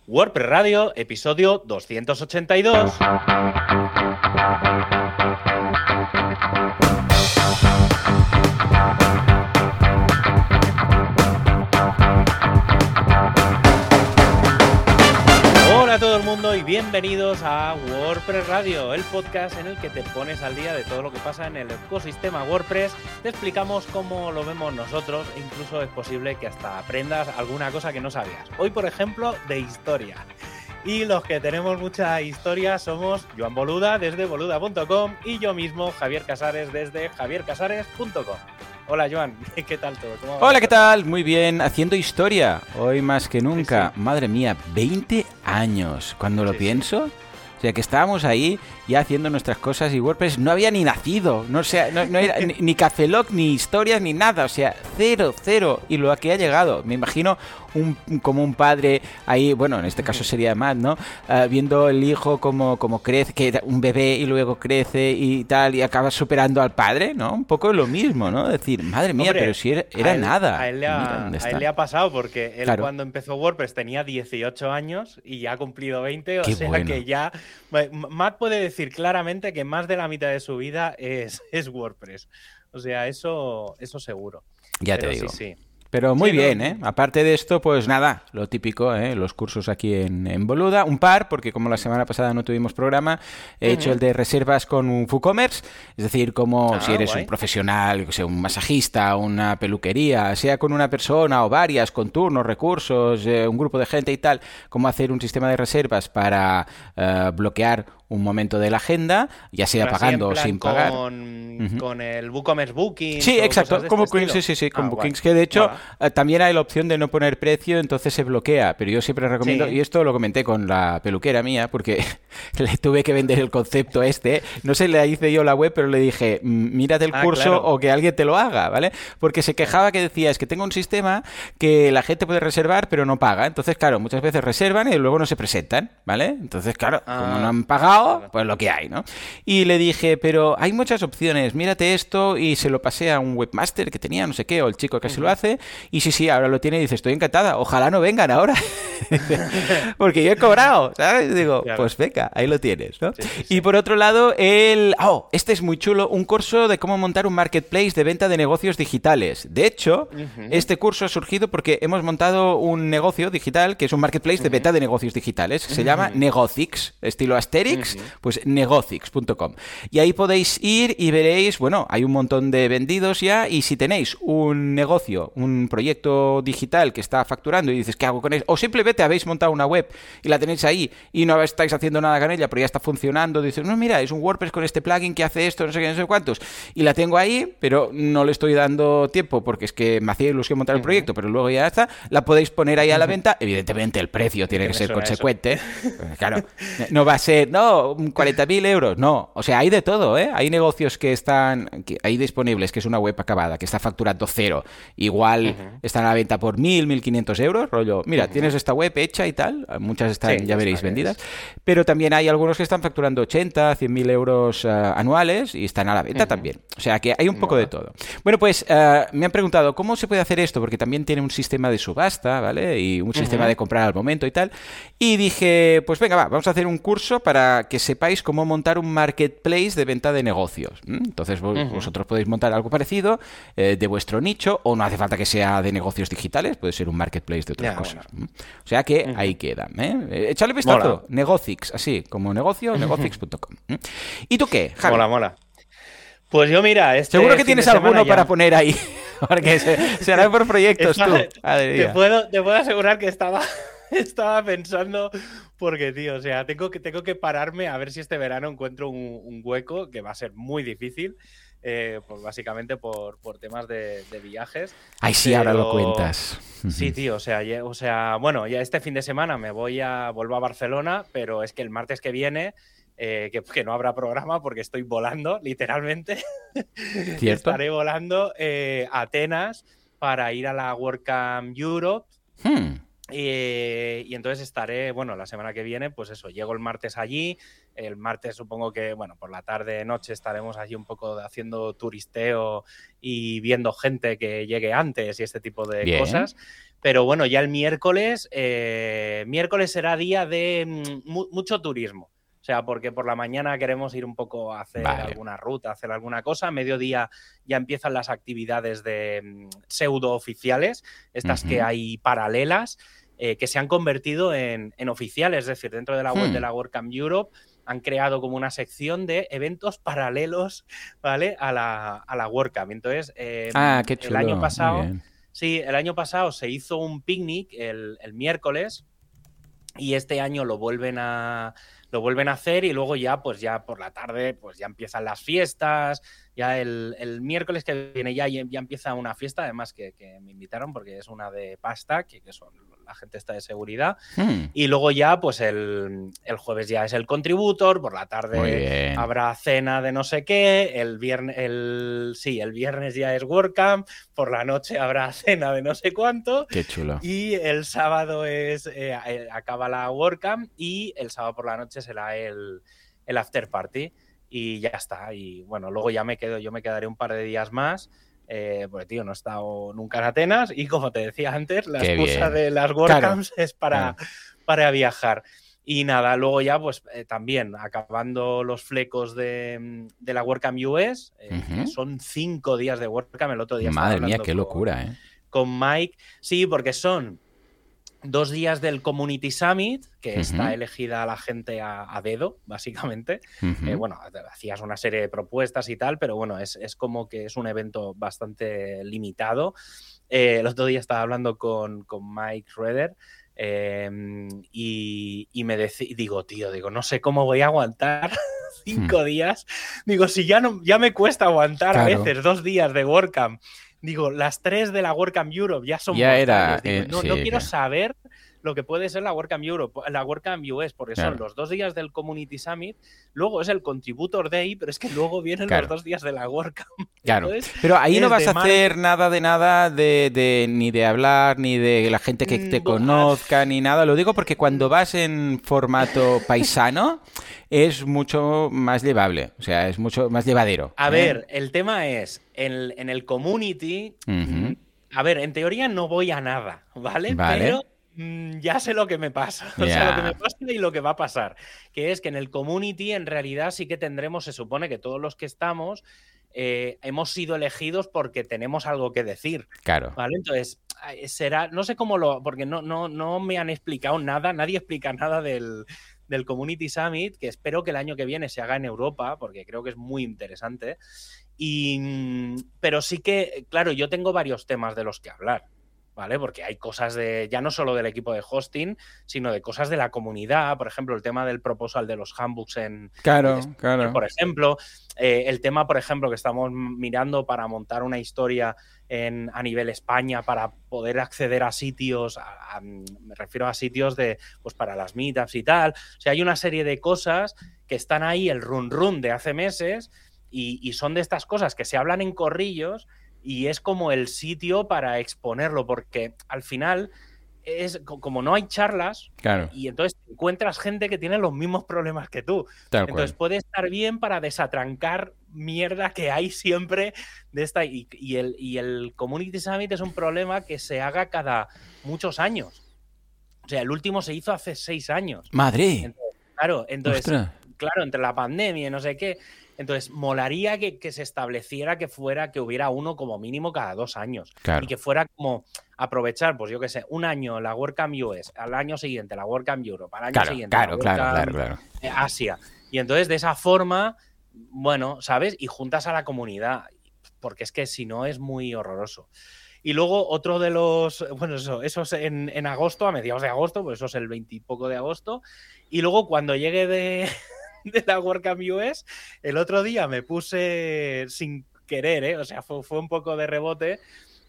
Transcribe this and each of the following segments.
WordPress Radio, episodio 282. Hola a todo el mundo y bienvenidos a WordPress Radio, el podcast en el que te pones al día de todo lo que pasa en el ecosistema WordPress. Te explicamos cómo lo vemos nosotros e incluso es posible que hasta aprendas alguna cosa que no sabías. Hoy, por ejemplo, de historia. Y los que tenemos mucha historia somos Joan Boluda desde boluda.com y yo mismo, Javier Casares, desde javiercasares.com. Hola Joan, ¿qué tal todo? ¿Cómo va? Hola, ¿qué tal? Muy bien, haciendo historia, hoy más que nunca. Sí. Madre mía, 20 años, cuando lo Sí. pienso. O sea, que estábamos ahí ya haciendo nuestras cosas y WordPress no había ni nacido. No, o sea, no era ni Cafelog, ni historias, ni nada. O sea, cero. Y lo que ha llegado. Me imagino como un padre ahí, bueno, en este caso sería Matt, ¿no? Viendo el hijo como crece, que era un bebé y luego crece y tal, y acaba superando al padre, ¿no? Un poco lo mismo, ¿no? Decir, madre mía, Hombre, pero si era nada. A él, Mira dónde está. le ha pasado porque él Claro. cuando empezó WordPress tenía 18 años y ya ha cumplido 20, o Qué sea bueno. que ya... Matt puede decir claramente que más de la mitad de su vida es WordPress. O sea, eso seguro. Ya Pero te digo. sí. Pero muy Sí, bien, no, ¿eh? Aparte de esto, pues nada, lo típico, ¿eh? Los cursos aquí en Boluda. Un par, porque como la semana pasada no tuvimos programa, he hecho el de reservas con un WooCommerce. Es decir, como si eres guay. un profesional, o sea, un masajista, una peluquería, sea con una persona o varias, con turnos, recursos, un grupo de gente y tal, cómo hacer un sistema de reservas para bloquear un momento de la agenda, ya sea Pero así pagando en o plan sin pagar. con el WooCommerce Booking. Sí, exacto, con Bookings, sí, con Bookings, que de hecho también hay la opción de no poner precio, entonces se bloquea, pero yo siempre recomiendo, Sí. y esto lo comenté con la peluquera mía, porque le tuve que vender el concepto no sé, le hice yo la web, pero le dije, mírate el curso claro. o que alguien te lo haga, ¿vale? Porque se quejaba que decía, es que tengo un sistema que la gente puede reservar, pero no paga, entonces claro, muchas veces reservan y luego no se presentan, ¿vale? Entonces claro, como no han pagado, pues lo que hay, ¿no? Y le dije, pero hay muchas opciones, mírate esto, y se lo pasé a un webmaster que tenía, no sé qué, o el chico que se lo hace, y sí, ahora lo tiene y dice, estoy encantada, ojalá no vengan ahora, porque yo he cobrado, ¿sabes? Digo, Claro. pues venga, ahí lo tienes, ¿no? Sí. Y por otro lado, este es muy chulo, un curso de cómo montar un marketplace de venta de negocios digitales. De hecho, este curso ha surgido porque hemos montado un negocio digital que es un marketplace de venta de negocios digitales, que se llama Negocix, estilo Asterix, pues negocix.com. Y ahí podéis ir y veréis, bueno, hay un montón de vendidos ya, y si tenéis un negocio, un proyecto digital que está facturando y dices, ¿qué hago con él? O simplemente habéis montado una web y la tenéis ahí y no estáis haciendo nada con ella, pero ya está funcionando, dices, no, mira, es un WordPress con este plugin que hace esto, no sé qué, no sé cuántos, y la tengo ahí, pero no le estoy dando tiempo porque es que me hacía ilusión montar el proyecto, pero luego ya está, la podéis poner ahí a la venta, evidentemente el precio tiene que ser consecuente, claro, no va a ser, no, 40.000 euros, no, o sea, hay de todo, ¿eh? Hay negocios que están ahí disponibles, que es una web acabada, que está facturando cero, igual están a la venta por 1.500 euros, rollo, mira, tienes esta web hecha y tal, muchas están, ya veréis, vendidas, pero también hay algunos que están facturando 80, 100.000 euros anuales y están a la venta también, o sea que hay un poco de todo. Bueno, pues me han preguntado, ¿cómo se puede hacer esto? Porque también tiene un sistema de subasta, ¿vale? Y un sistema de comprar al momento y tal, y dije, pues venga, vamos a hacer un curso para que sepáis cómo montar un marketplace de venta de negocios. Entonces vosotros podéis montar algo parecido de vuestro nicho, o no hace falta que sea de negocios digitales, puede ser un marketplace de otras cosas. O sea que ahí queda. Echadle vistazo. Mola. Negocix, así como negocio, negocix.com. ¿Y tú qué, Javi? Mola. Pues yo, mira, Seguro que fin tienes de semana alguno ya- para poner ahí, porque será por proyectos tú. Madre Te mía. puedo asegurar que estaba pensando, porque, tío, o sea, tengo que pararme a ver si este verano encuentro un hueco, que va a ser muy difícil, pues básicamente por temas de viajes. Ay, sí, ahora lo Pero- cuentas. Sí, tío, o sea, bueno, ya este fin de semana vuelvo a Barcelona, pero es que el martes que viene, que no habrá programa porque estoy volando, literalmente. ¿Cierto? Estaré volando a Atenas para ir a la WordCamp Europe. Y entonces estaré, bueno, la semana que viene, pues eso, llego el martes allí. El martes supongo que, bueno, por la tarde, noche estaremos allí un poco haciendo turisteo y viendo gente que llegue antes y este tipo de Bien. cosas. Pero bueno, ya el miércoles será día de mucho turismo. O sea, porque por la mañana queremos ir un poco a hacer alguna ruta, hacer alguna cosa. A mediodía ya empiezan las actividades de pseudo oficiales, estas que hay paralelas, que se han convertido en oficiales. Es decir, dentro de la web de la WordCamp Europe han creado como una sección de eventos paralelos, ¿vale? a la WordCamp. Entonces, qué chulo. El año pasado, sí, el año pasado se hizo un picnic el miércoles y este año lo vuelven a hacer y luego ya, pues ya por la tarde, pues ya empiezan las fiestas. Ya el miércoles que viene ya empieza una fiesta, además que me invitaron porque es una de pasta, que son la gente está de seguridad. Y luego ya, pues el jueves ya es el contributor, por la tarde habrá cena de no sé qué, el viernes ya es WordCamp, por la noche habrá cena de no sé cuánto. Qué chulo. Y el sábado acaba la WordCamp y el sábado por la noche será el after party. Y ya está. Y bueno, luego yo me quedaré un par de días más. Porque, tío, no he estado nunca en Atenas y como te decía antes, la excusa de las WordCamps es para viajar. Y nada, luego ya, pues también acabando los flecos de la WordCamp US, que son 5 días de WordCamp. El otro día Madre mía, qué locura, con Mike. Sí, porque son 2 días del Community Summit, que está elegida la gente a dedo, básicamente. Bueno, hacías una serie de propuestas y tal, pero bueno, es como que es un evento bastante limitado. El otro día estaba hablando con Mike Schroeder y digo, no sé cómo voy a aguantar 5 días. Digo, si ya me cuesta aguantar a veces 2 días de WordCamp. Digo, las 3 de la WordCamp Europe ya son mortales. No quiero saber lo que puede ser la WordCamp Europe, la WordCamp US, porque son los 2 días del Community Summit, luego es el Contributor Day, pero es que luego vienen los 2 días de la WordCamp. Claro, entonces, pero ahí no vas a hacer nada ni de hablar, ni de la gente que te conozca, ni nada. Lo digo porque cuando vas en formato paisano es mucho más llevable, o sea, es mucho más llevadero. A ver, el tema es, en el community, a ver, en teoría no voy a nada, ¿vale? Pero ya sé lo que me pasa, o sea, lo que me pasa y lo que va a pasar, que es que en el community en realidad sí que tendremos, se supone que todos los que estamos hemos sido elegidos porque tenemos algo que decir. Claro. ¿Vale? Entonces, será, no sé cómo porque no me han explicado nada, nadie explica nada del Community Summit, que espero que el año que viene se haga en Europa, porque creo que es muy interesante. Pero sí que, claro, yo tengo varios temas de los que hablar, ¿vale? Porque hay cosas ya no solo del equipo de hosting, sino de cosas de la comunidad. Por ejemplo, el tema del proposal de los handbooks Claro. Por ejemplo, el tema, por ejemplo, que estamos mirando para montar una historia a nivel España para poder acceder a sitios, me refiero a sitios pues para las meetups y tal. O sea, hay una serie de cosas que están ahí, el run de hace meses, y son de estas cosas que se hablan en corrillos y es como el sitio para exponerlo, porque al final es como no hay charlas, y entonces encuentras gente que tiene los mismos problemas que tú. Entonces puede estar bien para desatrancar mierda que hay siempre de esta. Y el Community Summit es un problema que se haga cada muchos años. O sea, el último se hizo hace 6 años. ¡Madre! Entonces, claro, entre la pandemia y no sé qué. Entonces, molaría que se estableciera que hubiera uno como mínimo cada 2 años. Y que fuera como aprovechar, pues yo qué sé, un año la WordCamp US, al año siguiente la WordCamp Europe, al año siguiente la WordCamp Asia. Y entonces, de esa forma, bueno, ¿sabes? Y juntas a la comunidad, porque es que si no es muy horroroso. Y luego otro de los, bueno, eso es en agosto, a mediados de agosto, pues eso es el 20 y poco de agosto. Y luego cuando llegue de la WordCamp US, el otro día me puse sin querer, o sea, fue un poco de rebote,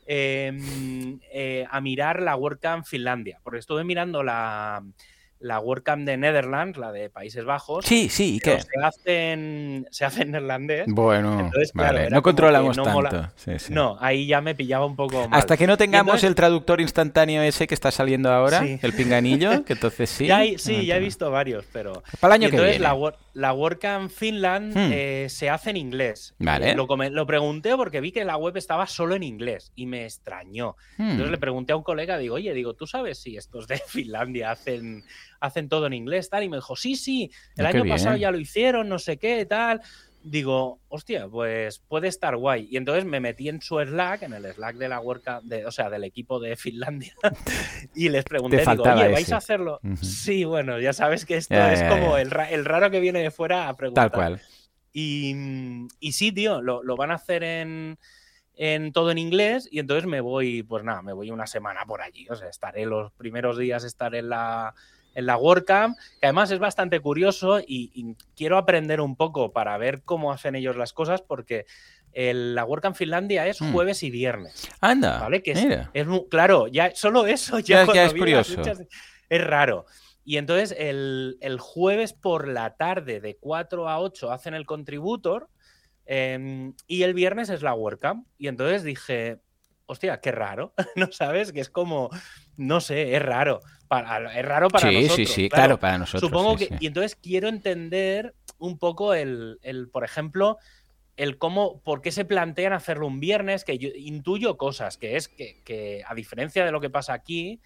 a mirar la WordCamp Finlandia, porque estuve mirando la WordCamp de Netherlands, la de Países Bajos. Sí, ¿y qué? Se hace en neerlandés. Bueno, entonces, vale, no controlamos tanto. Sí. No, ahí ya me pillaba un poco mal. Hasta que no tengamos el traductor instantáneo ese que está saliendo ahora, el pinganillo, que entonces sí. Ya he visto varios, pero... Para el año que viene. la WordCamp Finland se hace en inglés. Vale. Lo pregunté porque vi que la web estaba solo en inglés y me extrañó. Entonces le pregunté a un colega, digo, oye, ¿tú sabes si estos de Finlandia hacen todo en inglés, tal? Y me dijo, sí, el año pasado ya lo hicieron, no sé qué, tal. Digo, hostia, pues puede estar guay. Y entonces me metí en su Slack, en el Slack de la WordCamp, o sea, del equipo de Finlandia, y les pregunté, digo, oye, ¿vais a hacerlo? Sí, bueno, ya sabes que esto es como el raro que viene de fuera a preguntar. Tal cual. Y sí, tío, lo van a hacer en todo en inglés, y entonces me voy una semana por allí. O sea, los primeros días estaré en la WordCamp, que además es bastante curioso y quiero aprender un poco para ver cómo hacen ellos las cosas, porque la WordCamp Finlandia es jueves y viernes. Anda, ¿vale? Que mira. Claro, ya solo eso ya es curioso. Es raro. Y entonces el jueves por la tarde de 4 a 8 hacen el contributor, y el viernes es la WordCamp. Y entonces dije, hostia, qué raro, ¿no sabes? Que es como, no sé, es raro. Es raro para nosotros. Sí, claro, para nosotros. Supongo que. Y entonces quiero entender un poco por ejemplo, por qué se plantean hacerlo un viernes, que yo intuyo cosas, que es que a diferencia de lo que pasa aquí,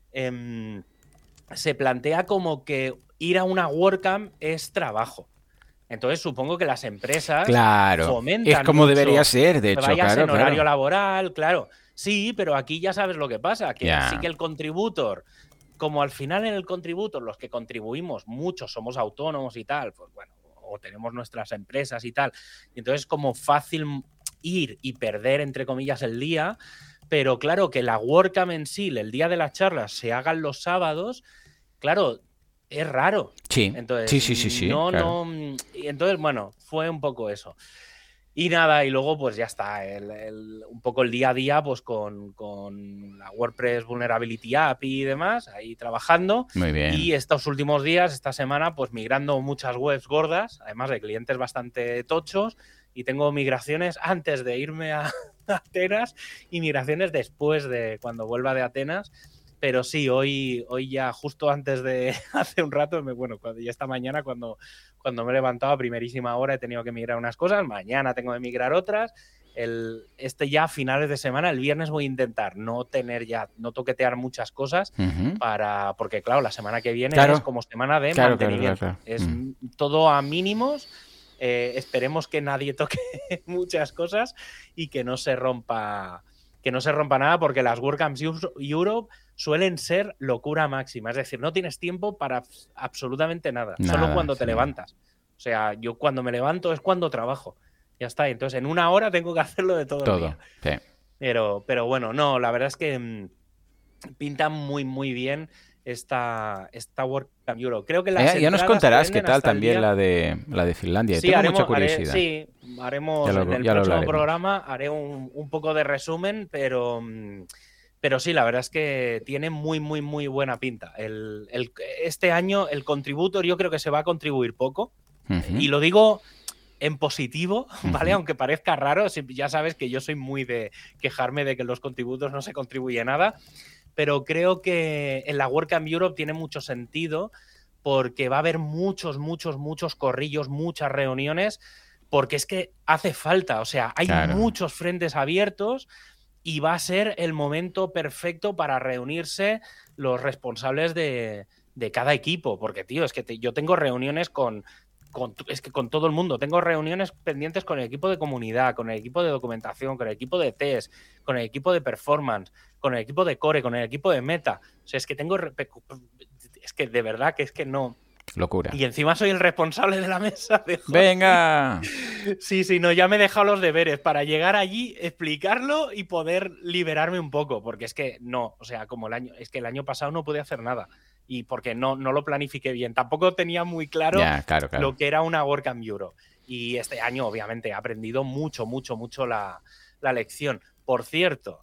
se plantea como que ir a una WordCamp es trabajo. Entonces supongo que las empresas fomentan. Es como debería ser, de hecho. Vayas en horario laboral, claro. Sí, pero aquí ya sabes lo que pasa, que sí que el contributor, como al final en el contributor los que contribuimos, muchos somos autónomos y tal, pues bueno, o tenemos nuestras empresas y tal, y entonces es como fácil ir y perder, entre comillas, el día, pero claro, que la WordCamp en sí, el día de las charlas, se hagan los sábados, claro, es raro. Sí, entonces, sí. No. Y entonces, bueno, fue un poco eso. Y nada, y luego pues ya está, un poco el día a día pues con la WordPress Vulnerability App y demás, ahí trabajando. Muy bien. Y estos últimos días, esta semana, pues migrando muchas webs gordas, además de clientes bastante tochos, y tengo migraciones antes de irme a Atenas y migraciones después de cuando vuelva de Atenas. Pero sí, hoy ya justo antes de hace un rato, ya esta mañana cuando me he levantado a primerísima hora he tenido que migrar unas cosas, mañana tengo que migrar otras. Ya a finales de semana, el viernes voy a intentar no toquetear muchas cosas porque claro, la semana que viene es como semana de mantenimiento. Claro. Es todo a mínimos. Esperemos que nadie toque muchas cosas y que no se rompa nada, porque las WordCamps Europe suelen ser locura máxima. Es decir, no tienes tiempo para absolutamente nada, solo cuando te levantas. O sea, yo cuando me levanto es cuando trabajo. Ya está. Entonces, en una hora tengo que hacerlo de todo el día. Sí. Pero bueno, no, la verdad es que pinta muy, muy bien esta WordCamp Europe. Creo que ya nos contarás qué tal también la de Finlandia. Sí, tengo mucha curiosidad. Haremos en el próximo programa, haré un poco de resumen, pero sí, la verdad es que tiene muy, muy, muy buena pinta. Este año el contributor yo creo que se va a contribuir poco, y lo digo en positivo, ¿vale? Aunque parezca raro, ya sabes que yo soy muy de quejarme de que en los contributos no se contribuye nada, pero creo que en la WordCamp Europe tiene mucho sentido, porque va a haber muchos corrillos, muchas reuniones, porque es que hace falta, o sea, hay muchos frentes abiertos y va a ser el momento perfecto para reunirse los responsables de cada equipo, porque, tío, es que yo tengo reuniones con todo el mundo. Tengo reuniones pendientes con el equipo de comunidad, con el equipo de documentación, con el equipo de test, con el equipo de performance, con el equipo de core, con el equipo de meta. O sea, es que es que de verdad que es que no. Locura. Y encima soy el responsable de la mesa. ¡Venga! Sí, no, ya me he dejado los deberes para llegar allí, explicarlo y poder liberarme un poco, porque es que no, o sea, el año pasado no pude hacer nada. Y porque no lo planifiqué bien. Tampoco tenía muy claro lo que era una WordCamp Europe. Y este año, obviamente, he aprendido mucho la lección. Por cierto,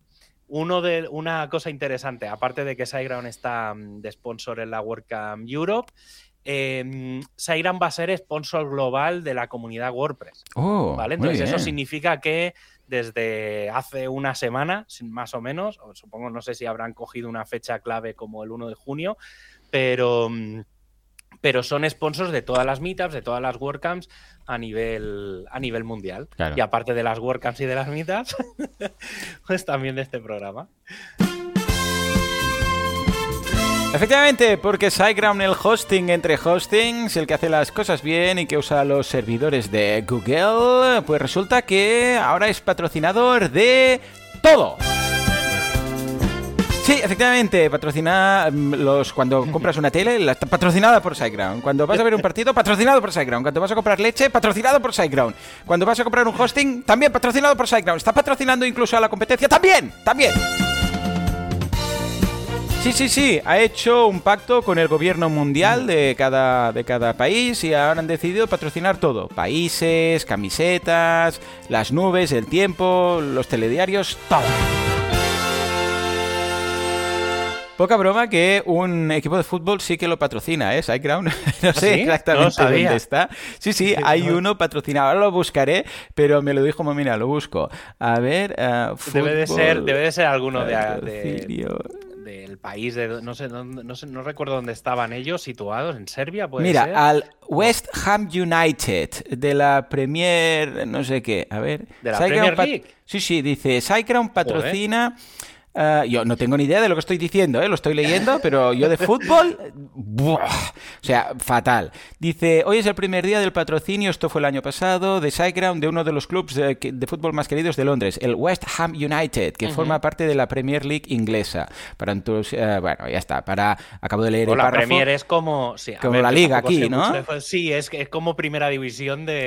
una cosa interesante, aparte de que SiteGround está de sponsor en la WordCamp Europe, SiteGround va a ser sponsor global de la comunidad WordPress. ¿Vale? Entonces, eso significa que desde hace una semana, más o menos, o supongo, no sé si habrán cogido una fecha clave como el 1 de junio, pero pero son sponsors de todas las meetups, de todas las WordCamps a nivel mundial. Claro. Y aparte de las WordCamps y de las meetups, pues también de este programa. Efectivamente, porque SiteGround, el hosting entre hostings, el que hace las cosas bien y que usa los servidores de Google, pues resulta que ahora es patrocinador de todo. Sí, efectivamente, patrocina cuando compras una tele, está patrocinada por SiteGround. Cuando vas a ver un partido, patrocinado por SiteGround. Cuando vas a comprar leche, patrocinado por SiteGround. Cuando vas a comprar un hosting, también patrocinado por SiteGround. Está patrocinando incluso a la competencia, también. Sí, ha hecho un pacto con el gobierno mundial de cada país y ahora han decidido patrocinar todo. Países, camisetas, las nubes, el tiempo, los telediarios, todo. Poca broma que un equipo de fútbol sí que lo patrocina, ¿eh? SiteGround. No sé ¿Sí? exactamente No dónde está. Sí, hay uno patrocinado. Ahora lo buscaré, pero me lo dijo, mira, lo busco. A ver, Debe de fútbol, ser alguno patrocinio. del país, no recuerdo dónde estaban ellos situados, en Serbia, puede Mira, ser. al West Ham United de la Premier, no sé qué, a ver. ¿De la SiteGround Premier League? Sí, dice, SiteGround patrocina... yo no tengo ni idea de lo que estoy diciendo, lo estoy leyendo, pero yo de fútbol, ¡buah! O sea, fatal. Dice, hoy es el primer día del patrocinio, esto fue el año pasado, de SiteGround, de uno de los clubes de fútbol más queridos de Londres, el West Ham United, que forma parte de la Premier League inglesa. Bueno, ya está, acabo de leer el la párrafo. Premier es como... Sí, como la liga aquí, ¿no? Sí, es como primera división de...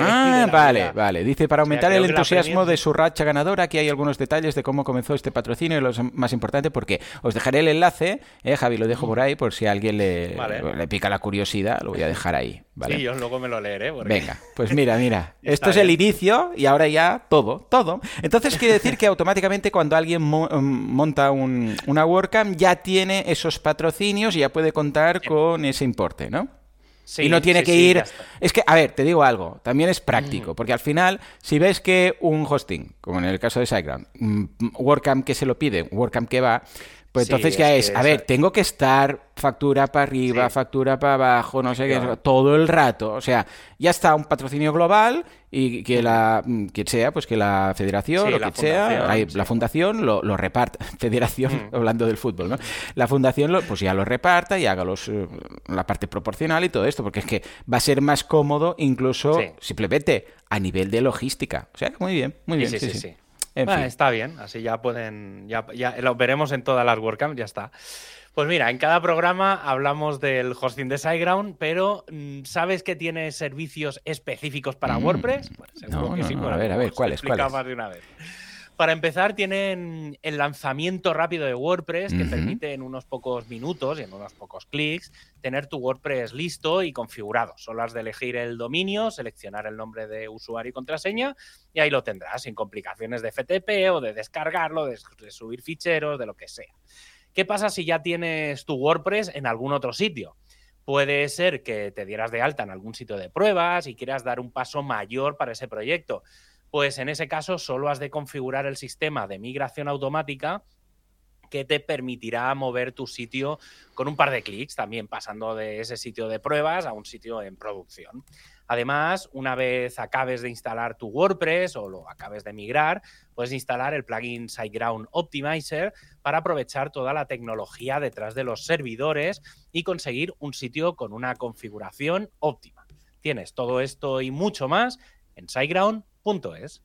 Vale. Dice, para aumentar el entusiasmo de su racha ganadora, aquí hay algunos detalles de cómo comenzó este patrocinio y los más importante, porque os dejaré el enlace, Javi, lo dejo por ahí, por si a alguien le pica la curiosidad, lo voy a dejar ahí, ¿vale? Sí, yo luego me lo leeré. Porque... Venga, pues mira, esto es el inicio y ahora ya todo. Entonces quiere decir que automáticamente cuando alguien monta una WordCamp ya tiene esos patrocinios y ya puede contar con ese importe, ¿no? Sí, y no tiene que ir... Sí, es que, a ver, te digo algo, también es práctico, porque al final, si ves que un hosting, como en el caso de SiteGround, WordCamp que se lo pide, WordCamp que va, pues entonces ya es, a ver, tengo que estar factura para arriba, factura para abajo, no sé qué, todo el rato. O sea, ya está un patrocinio global y que quien sea, pues que la federación o quien sea, la fundación lo reparta. Federación, hablando del fútbol, ¿no? La fundación pues ya lo reparta y haga la parte proporcional y todo esto, porque es que va a ser más cómodo incluso simplemente a nivel de logística. O sea, muy bien. Sí. En fin. Está bien, así ya pueden, ya lo veremos en todas las WordCamps, ya está. Pues mira, en cada programa hablamos del hosting de SiteGround, pero ¿sabes que tiene servicios específicos para WordPress? Pues seguro que sí. A ver, ¿cuáles? Más de una vez. Para empezar, tienen el lanzamiento rápido de WordPress que permite en unos pocos minutos y en unos pocos clics tener tu WordPress listo y configurado. Solo has de elegir el dominio, seleccionar el nombre de usuario y contraseña y ahí lo tendrás, sin complicaciones de FTP o de descargarlo, de subir ficheros, de lo que sea. ¿Qué pasa si ya tienes tu WordPress en algún otro sitio? Puede ser que te dieras de alta en algún sitio de pruebas y quieras dar un paso mayor para ese proyecto. Pues en ese caso solo has de configurar el sistema de migración automática que te permitirá mover tu sitio con un par de clics, también pasando de ese sitio de pruebas a un sitio en producción. Además, una vez acabes de instalar tu WordPress o lo acabes de migrar, puedes instalar el plugin SiteGround Optimizer para aprovechar toda la tecnología detrás de los servidores y conseguir un sitio con una configuración óptima. Tienes todo esto y mucho más en SiteGround.es.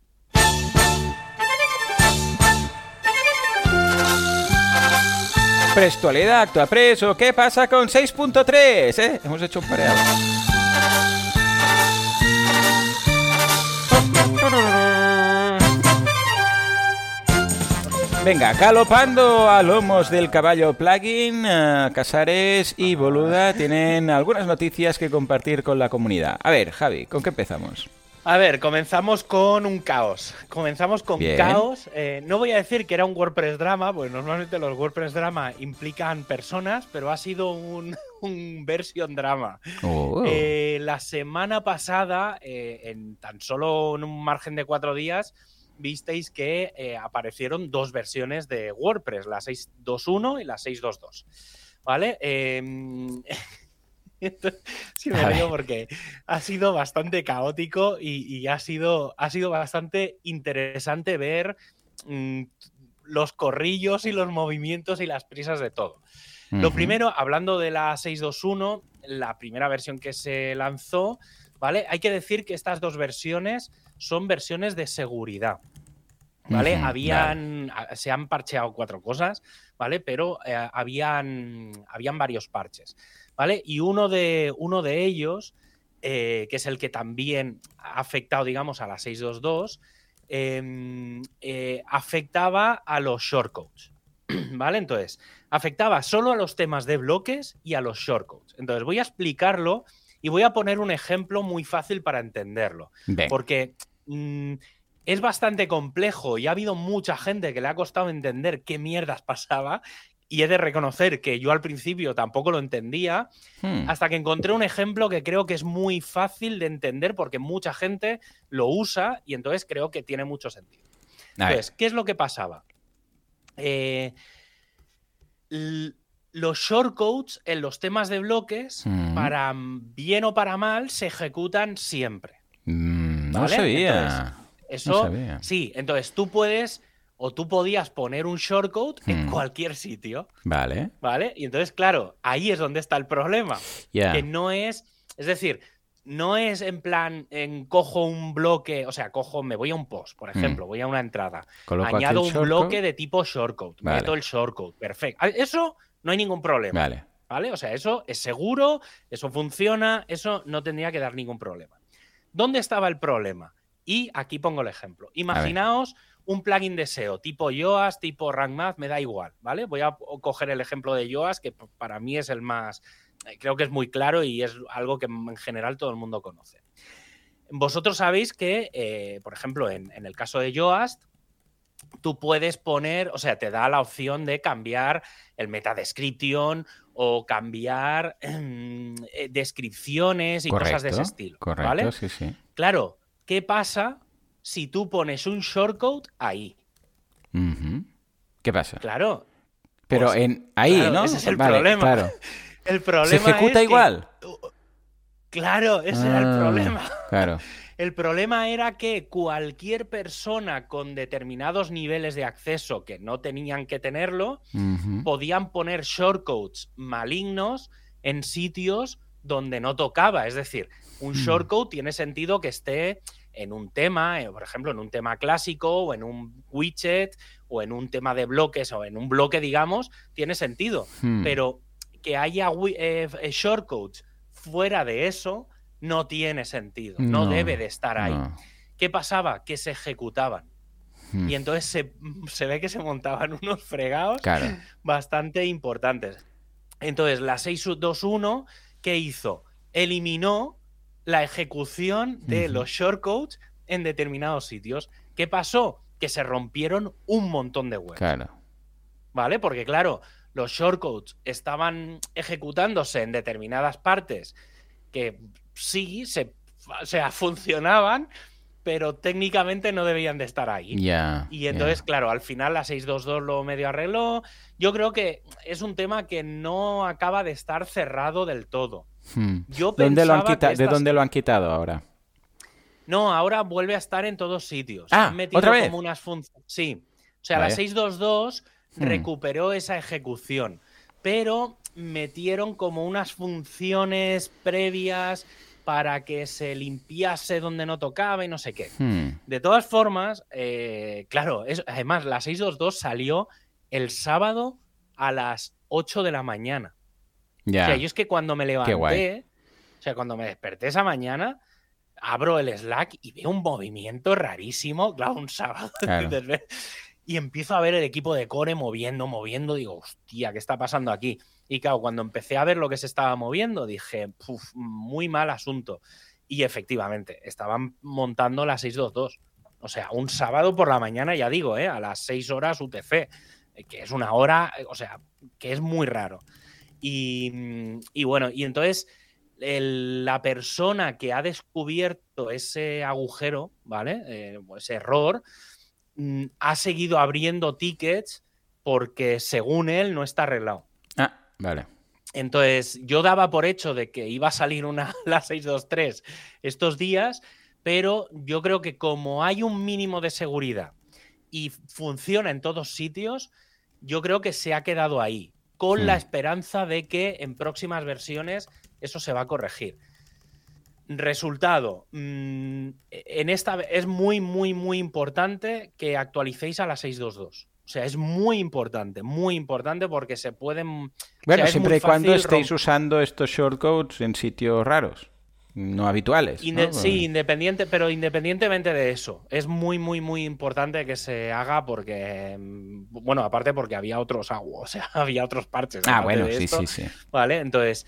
Prestualidad, ActuaPress, ¿qué pasa con 6.3? Hemos hecho un pareado. Venga, galopando a lomos del caballo plugin, Casares y Boluda tienen algunas noticias que compartir con la comunidad. A ver, Javi, ¿con qué empezamos? A ver, comenzamos con un caos. Caos. No voy a decir que era un WordPress drama, porque normalmente los WordPress drama implican personas, pero ha sido un version drama. La semana pasada, en tan solo un margen de 4 días, visteis que aparecieron 2 versiones de WordPress, la 6.2.1 y la 6.2.2. ¿Vale? Sí, me río porque ha sido bastante caótico y ha sido bastante interesante ver los corrillos y los movimientos y las prisas de todo. Lo primero, hablando de la 621, la primera versión que se lanzó, ¿vale? Hay que decir que estas dos versiones son versiones de seguridad, ¿vale? Se han parcheado 4 cosas, ¿vale? Pero habían varios parches, ¿vale? Y uno de ellos, que es el que también ha afectado, digamos, a la 622, afectaba a los shortcodes, ¿vale? Entonces, afectaba solo a los temas de bloques y a los shortcodes. Entonces, voy a explicarlo y voy a poner un ejemplo muy fácil para entenderlo. Venga. Porque es bastante complejo y ha habido mucha gente que le ha costado entender qué mierdas pasaba. Y he de reconocer que yo al principio tampoco lo entendía, hasta que encontré un ejemplo que creo que es muy fácil de entender porque mucha gente lo usa y entonces creo que tiene mucho sentido. Entonces, ¿qué es lo que pasaba? Los shortcodes en los temas de bloques, para bien o para mal, se ejecutan siempre. No lo sabía. Entonces, eso, sí, entonces tú puedes o tú podías poner un shortcode en cualquier sitio. Vale. ¿Vale? Y entonces, claro, ahí es donde está el problema. Que no es decir, no es en plan, cojo un bloque, o sea, me voy a un post, por ejemplo, voy a una entrada, añado un bloque de tipo shortcode, meto el shortcode, perfecto. Eso no hay ningún problema. ¿Vale? O sea, eso es seguro, eso funciona, eso no tendría que dar ningún problema. ¿Dónde estaba el problema? Y aquí pongo el ejemplo. Imaginaos un plugin de SEO tipo Yoast, tipo Rank Math, me da igual, ¿vale? Voy a coger el ejemplo de Yoast, que para mí es el más... Creo que es muy claro y es algo que en general todo el mundo conoce. Vosotros sabéis que, por ejemplo, en el caso de Yoast, tú puedes poner, o sea, te da la opción de cambiar el meta description o cambiar descripciones y cosas de ese estilo. Correcto, ¿vale? Sí. Claro, ¿qué pasa si tú pones un shortcode ahí? ¿Qué pasa? Claro. Pero pues, ahí, claro, ¿no? Ese es el problema. Claro. El problema ¿Se ejecuta igual? Claro, ese era el problema. Claro. El problema era que cualquier persona con determinados niveles de acceso que no tenían que tenerlo, podían poner shortcodes malignos en sitios donde no tocaba. Es decir, un shortcode tiene sentido que esté en un tema, por ejemplo, en un tema clásico o en un widget o en un tema de bloques o en un bloque, digamos, tiene sentido. Pero que haya shortcodes fuera de eso no tiene sentido, no debe de estar ahí. ¿Qué pasaba? Que se ejecutaban. Y entonces se ve que se montaban unos fregados bastante importantes. Entonces, la 621, ¿qué hizo? Eliminó la ejecución de los shortcodes en determinados sitios. ¿Qué pasó? Que se rompieron un montón de webs. ¿Vale? Porque, claro, los shortcodes estaban ejecutándose en determinadas partes que sí, funcionaban, pero técnicamente no debían de estar ahí. Y entonces, claro, al final la 622 lo medio arregló. Yo creo que es un tema que no acaba de estar cerrado del todo. Yo ¿De dónde lo han quitado ahora? No, ahora vuelve a estar en todos sitios. Ah, han metido ¿otra vez? Como unas funciones. Sí. O sea, la 622 recuperó esa ejecución, pero metieron como unas funciones previas para que se limpiase donde no tocaba y no sé qué. De todas formas, claro, además la 622 salió el sábado a las 8 de la mañana. O sea, yo es que cuando me levanté, o sea, cuando me desperté esa mañana, abro el Slack y veo un movimiento rarísimo, claro, un sábado. Y empiezo a ver el equipo de Core moviendo, digo, hostia, ¿qué está pasando aquí? Y claro, cuando empecé a ver lo que se estaba moviendo, dije, muy mal asunto. Y efectivamente, estaban montando la 622. O sea, un sábado por la mañana, ya digo, a las 6 horas UTC, que es una hora, o sea, que es muy raro. Y bueno, y entonces la persona que ha descubierto ese agujero, ¿vale? Ese error, ha seguido abriendo tickets porque, según él, no está arreglado. Vale. Entonces, yo daba por hecho de que iba a salir la 623 estos días, pero yo creo que como hay un mínimo de seguridad y funciona en todos sitios, yo creo que se ha quedado ahí, con la esperanza de que en próximas versiones eso se va a corregir. Resultado, en esta es muy, muy, muy importante que actualicéis a la 622. O sea, es muy importante porque se pueden... Bueno, o sea, siempre y cuando estéis usando estos shortcodes en sitios raros, no habituales, ¿no? Sí, independientemente de eso, es muy, muy, muy importante que se haga porque, bueno, aparte porque había otros había otros parches. Bueno, sí, esto, sí. Vale, entonces,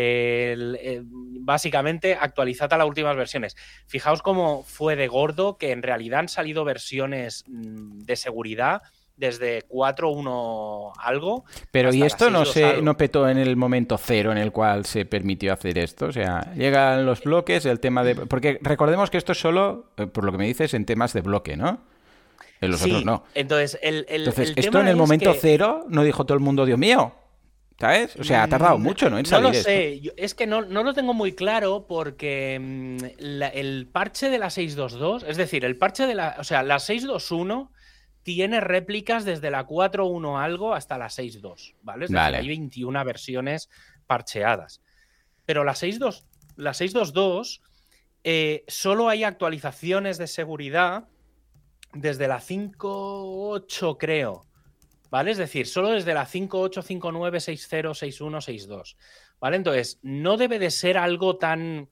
básicamente actualizad a las últimas versiones. Fijaos cómo fue de gordo que en realidad han salido versiones de seguridad desde 4.1 algo. Pero ¿y esto no petó en el momento cero en el cual se permitió hacer esto? O sea, llegan los bloques, el tema de... Porque recordemos que esto es solo, por lo que me dices, en temas de bloque, ¿no? En los otros no. Entonces, esto en el momento cero no dijo todo el mundo, Dios mío, ¿sabes? O sea, ha tardado mucho, ¿no? En salir no lo sé, es que no lo tengo muy claro porque el parche de la 622, es decir, el parche de la 621 tiene réplicas desde la 4.1 algo hasta la 6.2, ¿vale? Es decir, hay 21 versiones parcheadas. Pero la 6.2.2 solo hay actualizaciones de seguridad desde la 5.8, creo, ¿vale? Es decir, solo desde la 5.8, 5.9, 6.0, 6.1, 6.2, ¿vale? Entonces, no debe de ser algo tan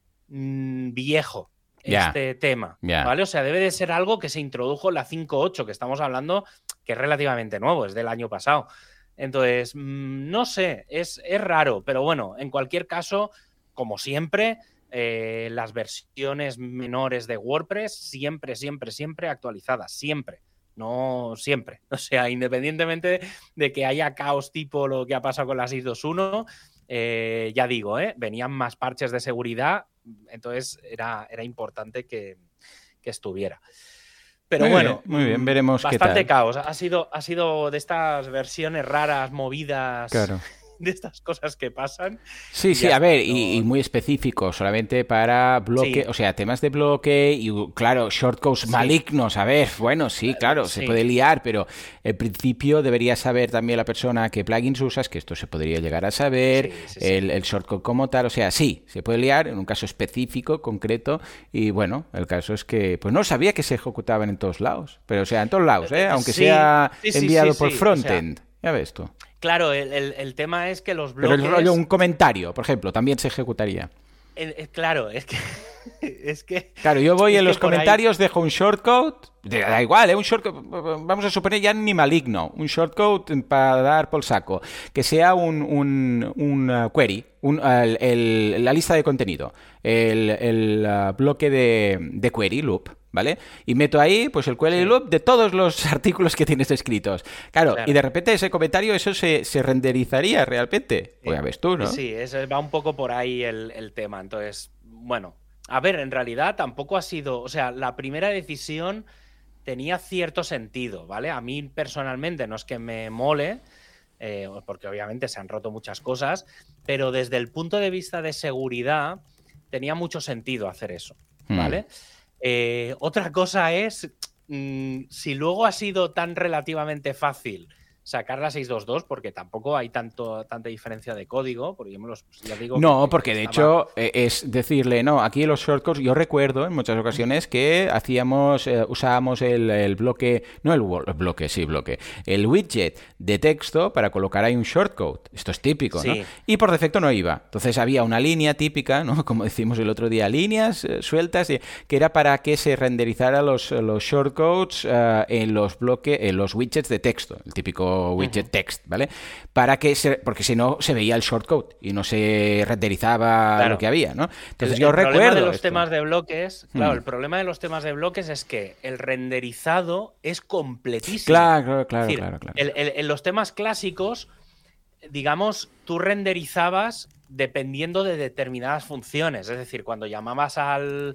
viejo este tema, ¿vale? O sea, debe de ser algo que se introdujo en la 5.8, que estamos hablando que es relativamente nuevo, es del año pasado. Entonces, no sé, es raro, pero bueno, en cualquier caso, como siempre, las versiones menores de WordPress siempre, siempre, siempre actualizadas, siempre. No siempre. O sea, independientemente de que haya caos tipo lo que ha pasado con la 6.2.1, ya digo, venían más parches de seguridad, entonces era importante que estuviera. Pero muy bien, veremos qué tal. Bastante caos. Ha sido de estas versiones raras, movidas. Claro. De estas cosas que pasan. Sí, a ver, y muy específico, solamente para bloque, o sea, temas de bloque y, claro, shortcodes malignos, a ver, bueno, sí, claro, se puede liar, pero en principio debería saber también la persona qué plugins usas, que esto se podría llegar a saber, el shortcode como tal, o sea, sí, se puede liar en un caso específico, concreto, y bueno, el caso es que, pues no sabía que se ejecutaban en todos lados, pero o sea, en todos lados, aunque sea enviado por frontend, o sea, ya ves tú. Claro, el tema es que los bloques... Pero el rollo, un comentario, por ejemplo, también se ejecutaría. Claro, es que... Claro, yo voy en los comentarios, dejo un shortcode, da igual, un shortcode, vamos a suponer ya ni maligno, un shortcode para dar por saco, que sea un query, la lista de contenido, el bloque de query loop, ¿vale? Y meto ahí, pues, el query loop de todos los artículos que tienes escritos. Claro, y de repente ese comentario, eso se renderizaría realmente. Pues ya ves tú, ¿no? Sí, va un poco por ahí el tema. Entonces, bueno, a ver, en realidad tampoco ha sido... O sea, la primera decisión tenía cierto sentido, ¿vale? A mí personalmente no es que me mole, porque obviamente se han roto muchas cosas, pero desde el punto de vista de seguridad tenía mucho sentido hacer eso, ¿vale? Otra cosa es si luego ha sido tan relativamente fácil sacar la 622, porque tampoco hay tanta diferencia de código, porque ya digo... No, porque de hecho es decirle, no, aquí los shortcodes, yo recuerdo en muchas ocasiones que usábamos el bloque, no el bloque, el widget de texto para colocar ahí un shortcode. Esto es típico, ¿no? Y por defecto no iba. Entonces había una línea típica, ¿no? Como decimos el otro día, líneas sueltas, que era para que se renderizara los shortcodes en los widgets de texto, el típico widget text, ¿vale? Porque si no se veía el shortcode y no se renderizaba lo que había, ¿no? Entonces yo recuerdo... El problema de los temas de bloques, el problema de los temas de bloques es que el renderizado es completísimo. Claro. En los temas clásicos, digamos, tú renderizabas dependiendo de determinadas funciones. Es decir, cuando llamabas al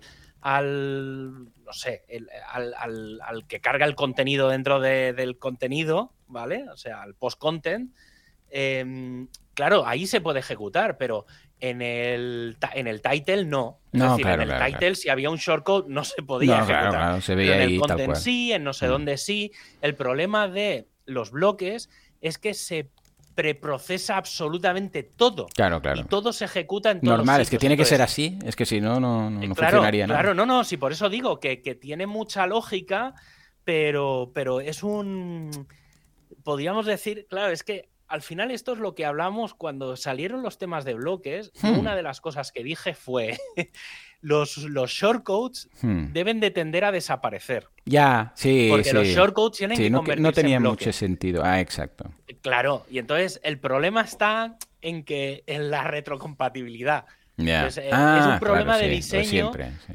que carga el contenido dentro del contenido, ¿vale? O sea, al post-content, claro, ahí se puede ejecutar, pero en el title no. Es No, decir, claro, en el claro, title, claro. si había un shortcode, no se podía No, claro, ejecutar. claro, se Pero veía en el ahí tal content cual. sí, en no sé dónde sí. El problema de los bloques es que se preprocesa absolutamente todo. Claro, Y claro. todo se ejecuta en todos los Normal, es que sitios. tiene que ser Entonces, así. Es que si no, no claro, funcionaría nada. claro, no, sí, por eso digo que tiene mucha lógica, pero es un... Podríamos decir, claro, es que al final esto es lo que hablamos cuando salieron los temas de bloques. Yo una de las cosas que dije fue los shortcodes deben de tender a desaparecer. Ya, sí, Porque los sí. shortcodes tienen Sí, que no convertirse tenía en mucho bloques. sentido. Ah, exacto. Claro, y entonces el problema está en la retrocompatibilidad. Ya. Entonces, es un Ah, claro, problema de sí. Lo de diseño siempre. Sí.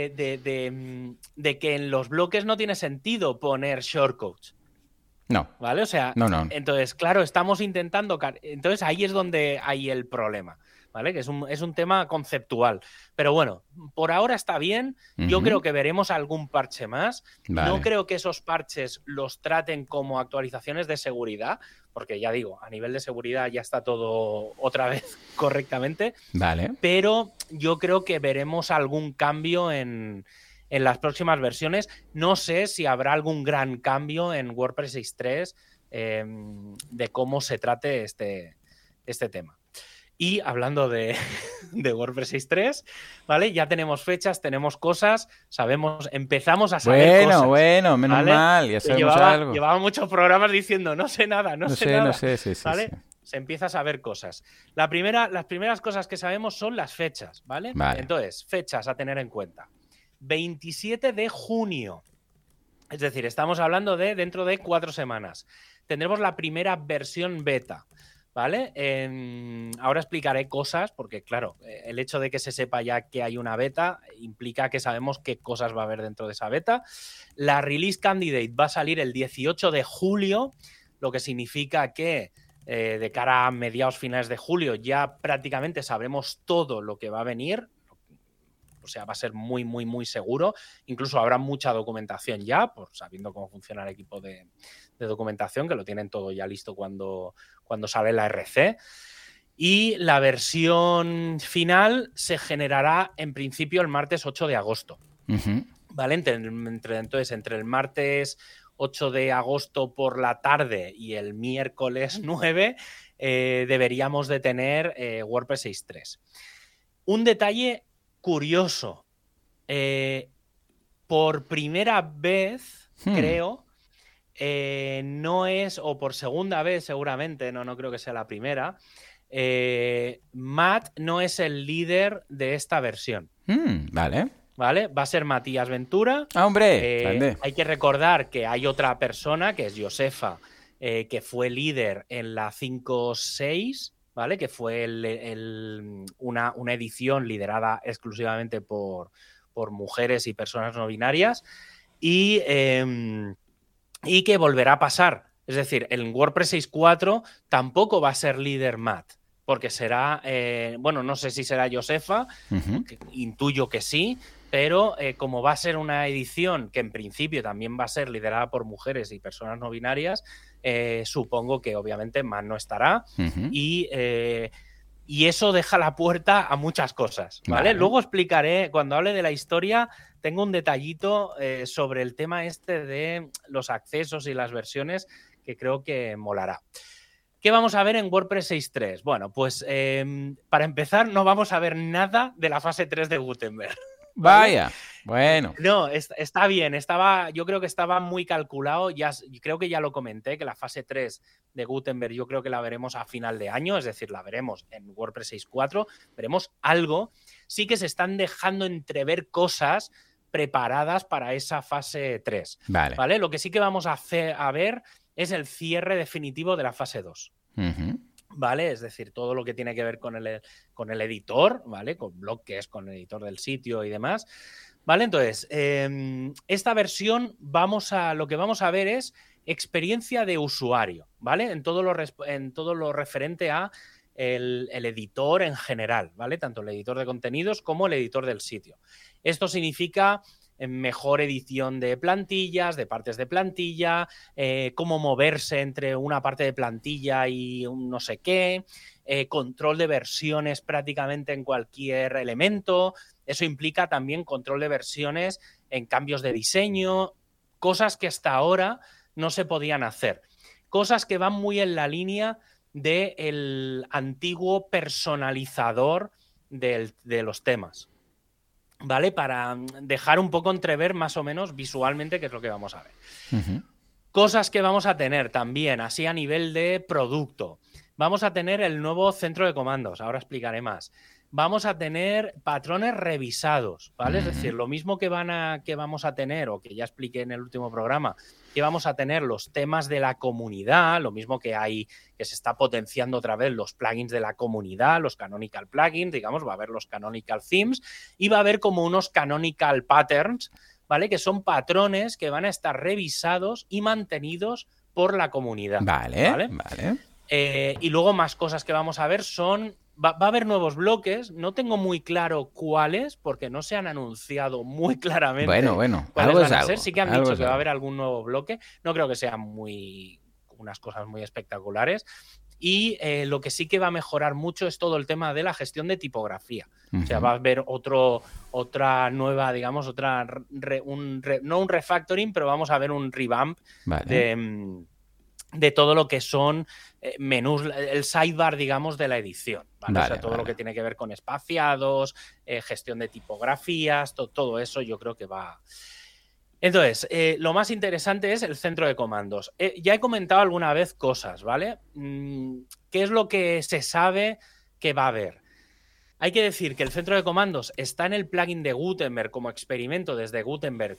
de que en los bloques no tiene sentido poner shortcodes. No. ¿Vale? O sea, No. entonces, claro, estamos intentando... Entonces ahí es donde hay el problema, ¿vale? Que es un tema conceptual. Pero bueno, por ahora está bien. Yo creo que veremos algún parche más. Vale. No creo que esos parches los traten como actualizaciones de seguridad, porque ya digo, a nivel de seguridad ya está todo otra vez correctamente. Vale. Pero yo creo que veremos algún cambio en las próximas versiones. No sé si habrá algún gran cambio en WordPress 6.3 de cómo se trate este tema. Y hablando de WordPress 6.3, ¿vale? Ya tenemos fechas, tenemos cosas, empezamos a saber cosas. Bueno, menos ¿vale? mal, ya sabemos algo. Llevaba muchos programas diciendo, no sé nada, no sé nada. No sé, sí, ¿vale? Sí. Se empieza a saber cosas. Las primeras cosas que sabemos son las fechas, ¿vale? Entonces, fechas a tener en cuenta. 27 de junio. Es decir, estamos hablando de dentro de 4 semanas. Tendremos la primera versión beta, ¿vale? Ahora explicaré cosas, porque claro, el hecho de que se sepa ya que hay una beta implica que sabemos qué cosas va a haber dentro de esa beta. La release candidate va a salir el 18 de julio, lo que significa que de cara a mediados finales de julio ya prácticamente sabremos todo lo que va a venir. O sea, va a ser muy, muy, muy seguro. Incluso habrá mucha documentación ya, por sabiendo cómo funciona el equipo de documentación, que lo tienen todo ya listo cuando sale la RC. Y la versión final se generará en principio el martes 8 de agosto. ¿Vale? Entonces, entre el martes 8 de agosto por la tarde y el miércoles 9 deberíamos de tener WordPress 6.3. Un detalle curioso. Por primera vez, creo, no es, o por segunda vez seguramente, no creo que sea la primera, Matt no es el líder de esta versión. Vale. ¿Vale? Va a ser Matías Ventura. ¡Ah, hombre! Hay que recordar que hay otra persona, que es Josefa, que fue líder en la 5.6, ¿vale? Que fue una edición liderada exclusivamente por mujeres y personas no binarias y que volverá a pasar. Es decir, en WordPress 6.4 tampoco va a ser líder Matt, porque será, no sé si será Josefa, intuyo que sí, pero como va a ser una edición que en principio también va a ser liderada por mujeres y personas no binarias, supongo que obviamente Matt no estará y eso deja la puerta a muchas cosas, ¿vale? Luego explicaré, cuando hable de la historia, tengo un detallito sobre el tema este de los accesos y las versiones que creo que molará. ¿Qué vamos a ver en WordPress 6.3? Bueno, pues para empezar no vamos a ver nada de la fase 3 de Gutenberg. ¿Vale? Vaya, bueno. No, está bien. Yo creo que estaba muy calculado. Creo que ya lo comenté, que la fase 3 de Gutenberg yo creo que la veremos a final de año, es decir, la veremos en WordPress 6.4, veremos algo. Sí que se están dejando entrever cosas preparadas para esa fase 3. ¿Vale? Lo que sí que vamos a ver es el cierre definitivo de la fase 2. ¿Vale? Es decir, todo lo que tiene que ver con el editor, ¿vale? Con bloques, con el editor del sitio y demás. ¿Vale? Entonces, esta versión lo que vamos a ver es experiencia de usuario, ¿vale? En todo lo referente a el editor en general, ¿vale? Tanto el editor de contenidos como el editor del sitio. Esto significa mejor edición de plantillas, de partes de plantilla, cómo moverse entre una parte de plantilla y un no sé qué, control de versiones prácticamente en cualquier elemento. Eso implica también control de versiones en cambios de diseño, cosas que hasta ahora no se podían hacer. Cosas que van muy en la línea del antiguo personalizador de los temas, ¿vale? Para dejar un poco entrever más o menos visualmente qué es lo que vamos a ver. Cosas que vamos a tener también, así a nivel de producto. Vamos a tener el nuevo centro de comandos, ahora explicaré más. Vamos a tener patrones revisados, ¿vale? Es decir, lo mismo que vamos a tener, o que ya expliqué en el último programa, que vamos a tener los temas de la comunidad, lo mismo que se está potenciando otra vez los plugins de la comunidad, los canonical plugins, digamos, va a haber los canonical themes y va a haber como unos canonical patterns, ¿vale? Que son patrones que van a estar revisados y mantenidos por la comunidad. Vale. Y luego más cosas que vamos a ver son... Va a haber nuevos bloques, no tengo muy claro cuáles, porque no se han anunciado muy claramente. Bueno, cuáles algo van es a algo. ser. Sí que han dicho que va a haber algún nuevo bloque. No creo que sean unas cosas muy espectaculares. Y lo que sí que va a mejorar mucho es todo el tema de la gestión de tipografía. O sea, va a haber otra nueva, digamos, no un refactoring, pero vamos a ver un revamp de todo lo que son menús, el sidebar, digamos, de la edición, ¿vale? O sea, todo lo que tiene que ver con espaciados, gestión de tipografías, todo eso yo creo que va... Entonces, lo más interesante es el centro de comandos. Ya he comentado alguna vez cosas, ¿vale? ¿Qué es lo que se sabe que va a haber? Hay que decir que el centro de comandos está en el plugin de Gutenberg como experimento desde Gutenberg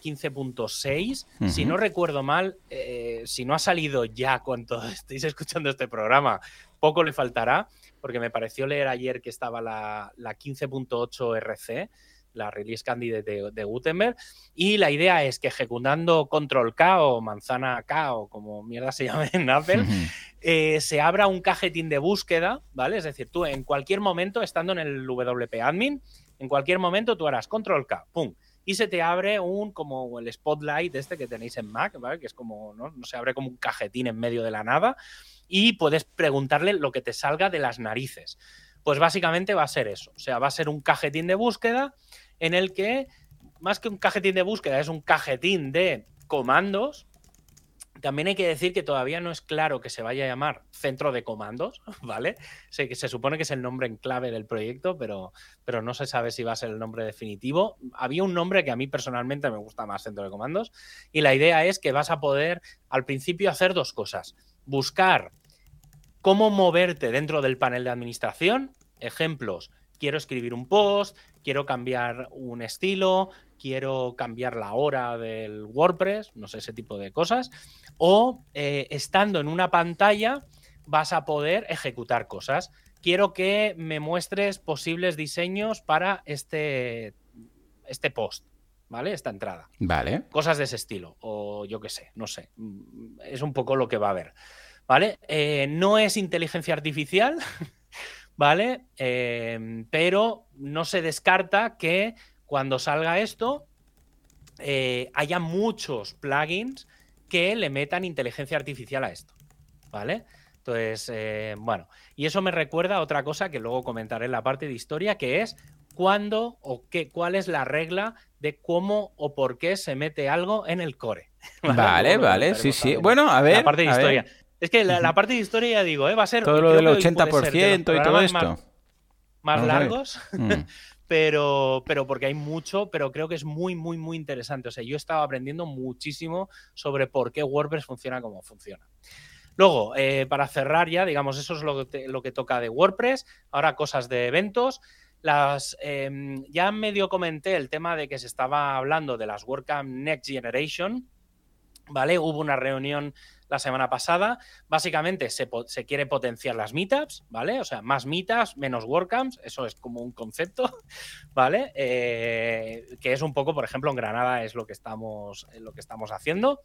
15.6. Si no recuerdo mal, si no ha salido ya cuando estéis escuchando este programa, poco le faltará, porque me pareció leer ayer que estaba la 15.8 RC, la release candidate de Gutenberg, y la idea es que ejecutando control K o manzana K o como mierda se llame en Apple, se abra un cajetín de búsqueda, ¿vale? Es decir, tú en cualquier momento, estando en el WP Admin, en cualquier momento tú harás control K, pum, y se te abre como el Spotlight este que tenéis en Mac, ¿vale? Que es como, no se abre como un cajetín en medio de la nada y puedes preguntarle lo que te salga de las narices. Pues básicamente va a ser eso, o sea, va a ser un cajetín de búsqueda en el que, más que un cajetín de búsqueda, es un cajetín de comandos. También hay que decir que todavía no es claro que se vaya a llamar centro de comandos, ¿vale? Se supone que es el nombre en clave del proyecto, pero no se sabe si va a ser el nombre definitivo. Había un nombre que a mí personalmente me gusta más, centro de comandos, y la idea es que vas a poder al principio hacer dos cosas. Buscar cómo moverte dentro del panel de administración. Ejemplos, quiero escribir un post, quiero cambiar un estilo, quiero cambiar la hora del WordPress, no sé, ese tipo de cosas. O estando en una pantalla vas a poder ejecutar cosas. Quiero que me muestres posibles diseños para este post, ¿vale? Esta entrada. Vale. Cosas de ese estilo, o yo qué sé, no sé. Es un poco lo que va a haber, ¿vale? No es inteligencia artificial, ¿vale? Pero no se descarta que cuando salga esto haya muchos plugins que le metan inteligencia artificial a esto, ¿vale? Entonces, bueno, y eso me recuerda a otra cosa que luego comentaré en la parte de historia, que es cuándo o cuál es la regla de cómo o por qué se mete algo en el core. Vale, sí. Bueno, a ver. La parte de historia. Es que la parte de historia, ya digo, va a ser... Todo lo del 80% y todo esto. Más largos, pero porque hay mucho, pero creo que es muy, muy, muy interesante. O sea, yo he estado aprendiendo muchísimo sobre por qué WordPress funciona como funciona. Luego, para cerrar ya, digamos, eso es lo que toca de WordPress. Ahora cosas de eventos. Ya medio comenté el tema de que se estaba hablando de las WordCamp Next Generation, ¿vale? Hubo una reunión la semana pasada. Básicamente se quiere potenciar las meetups, ¿vale? O sea, más meetups, menos WordCamps, eso es como un concepto, ¿vale? Que es un poco, por ejemplo, en Granada es lo que estamos haciendo.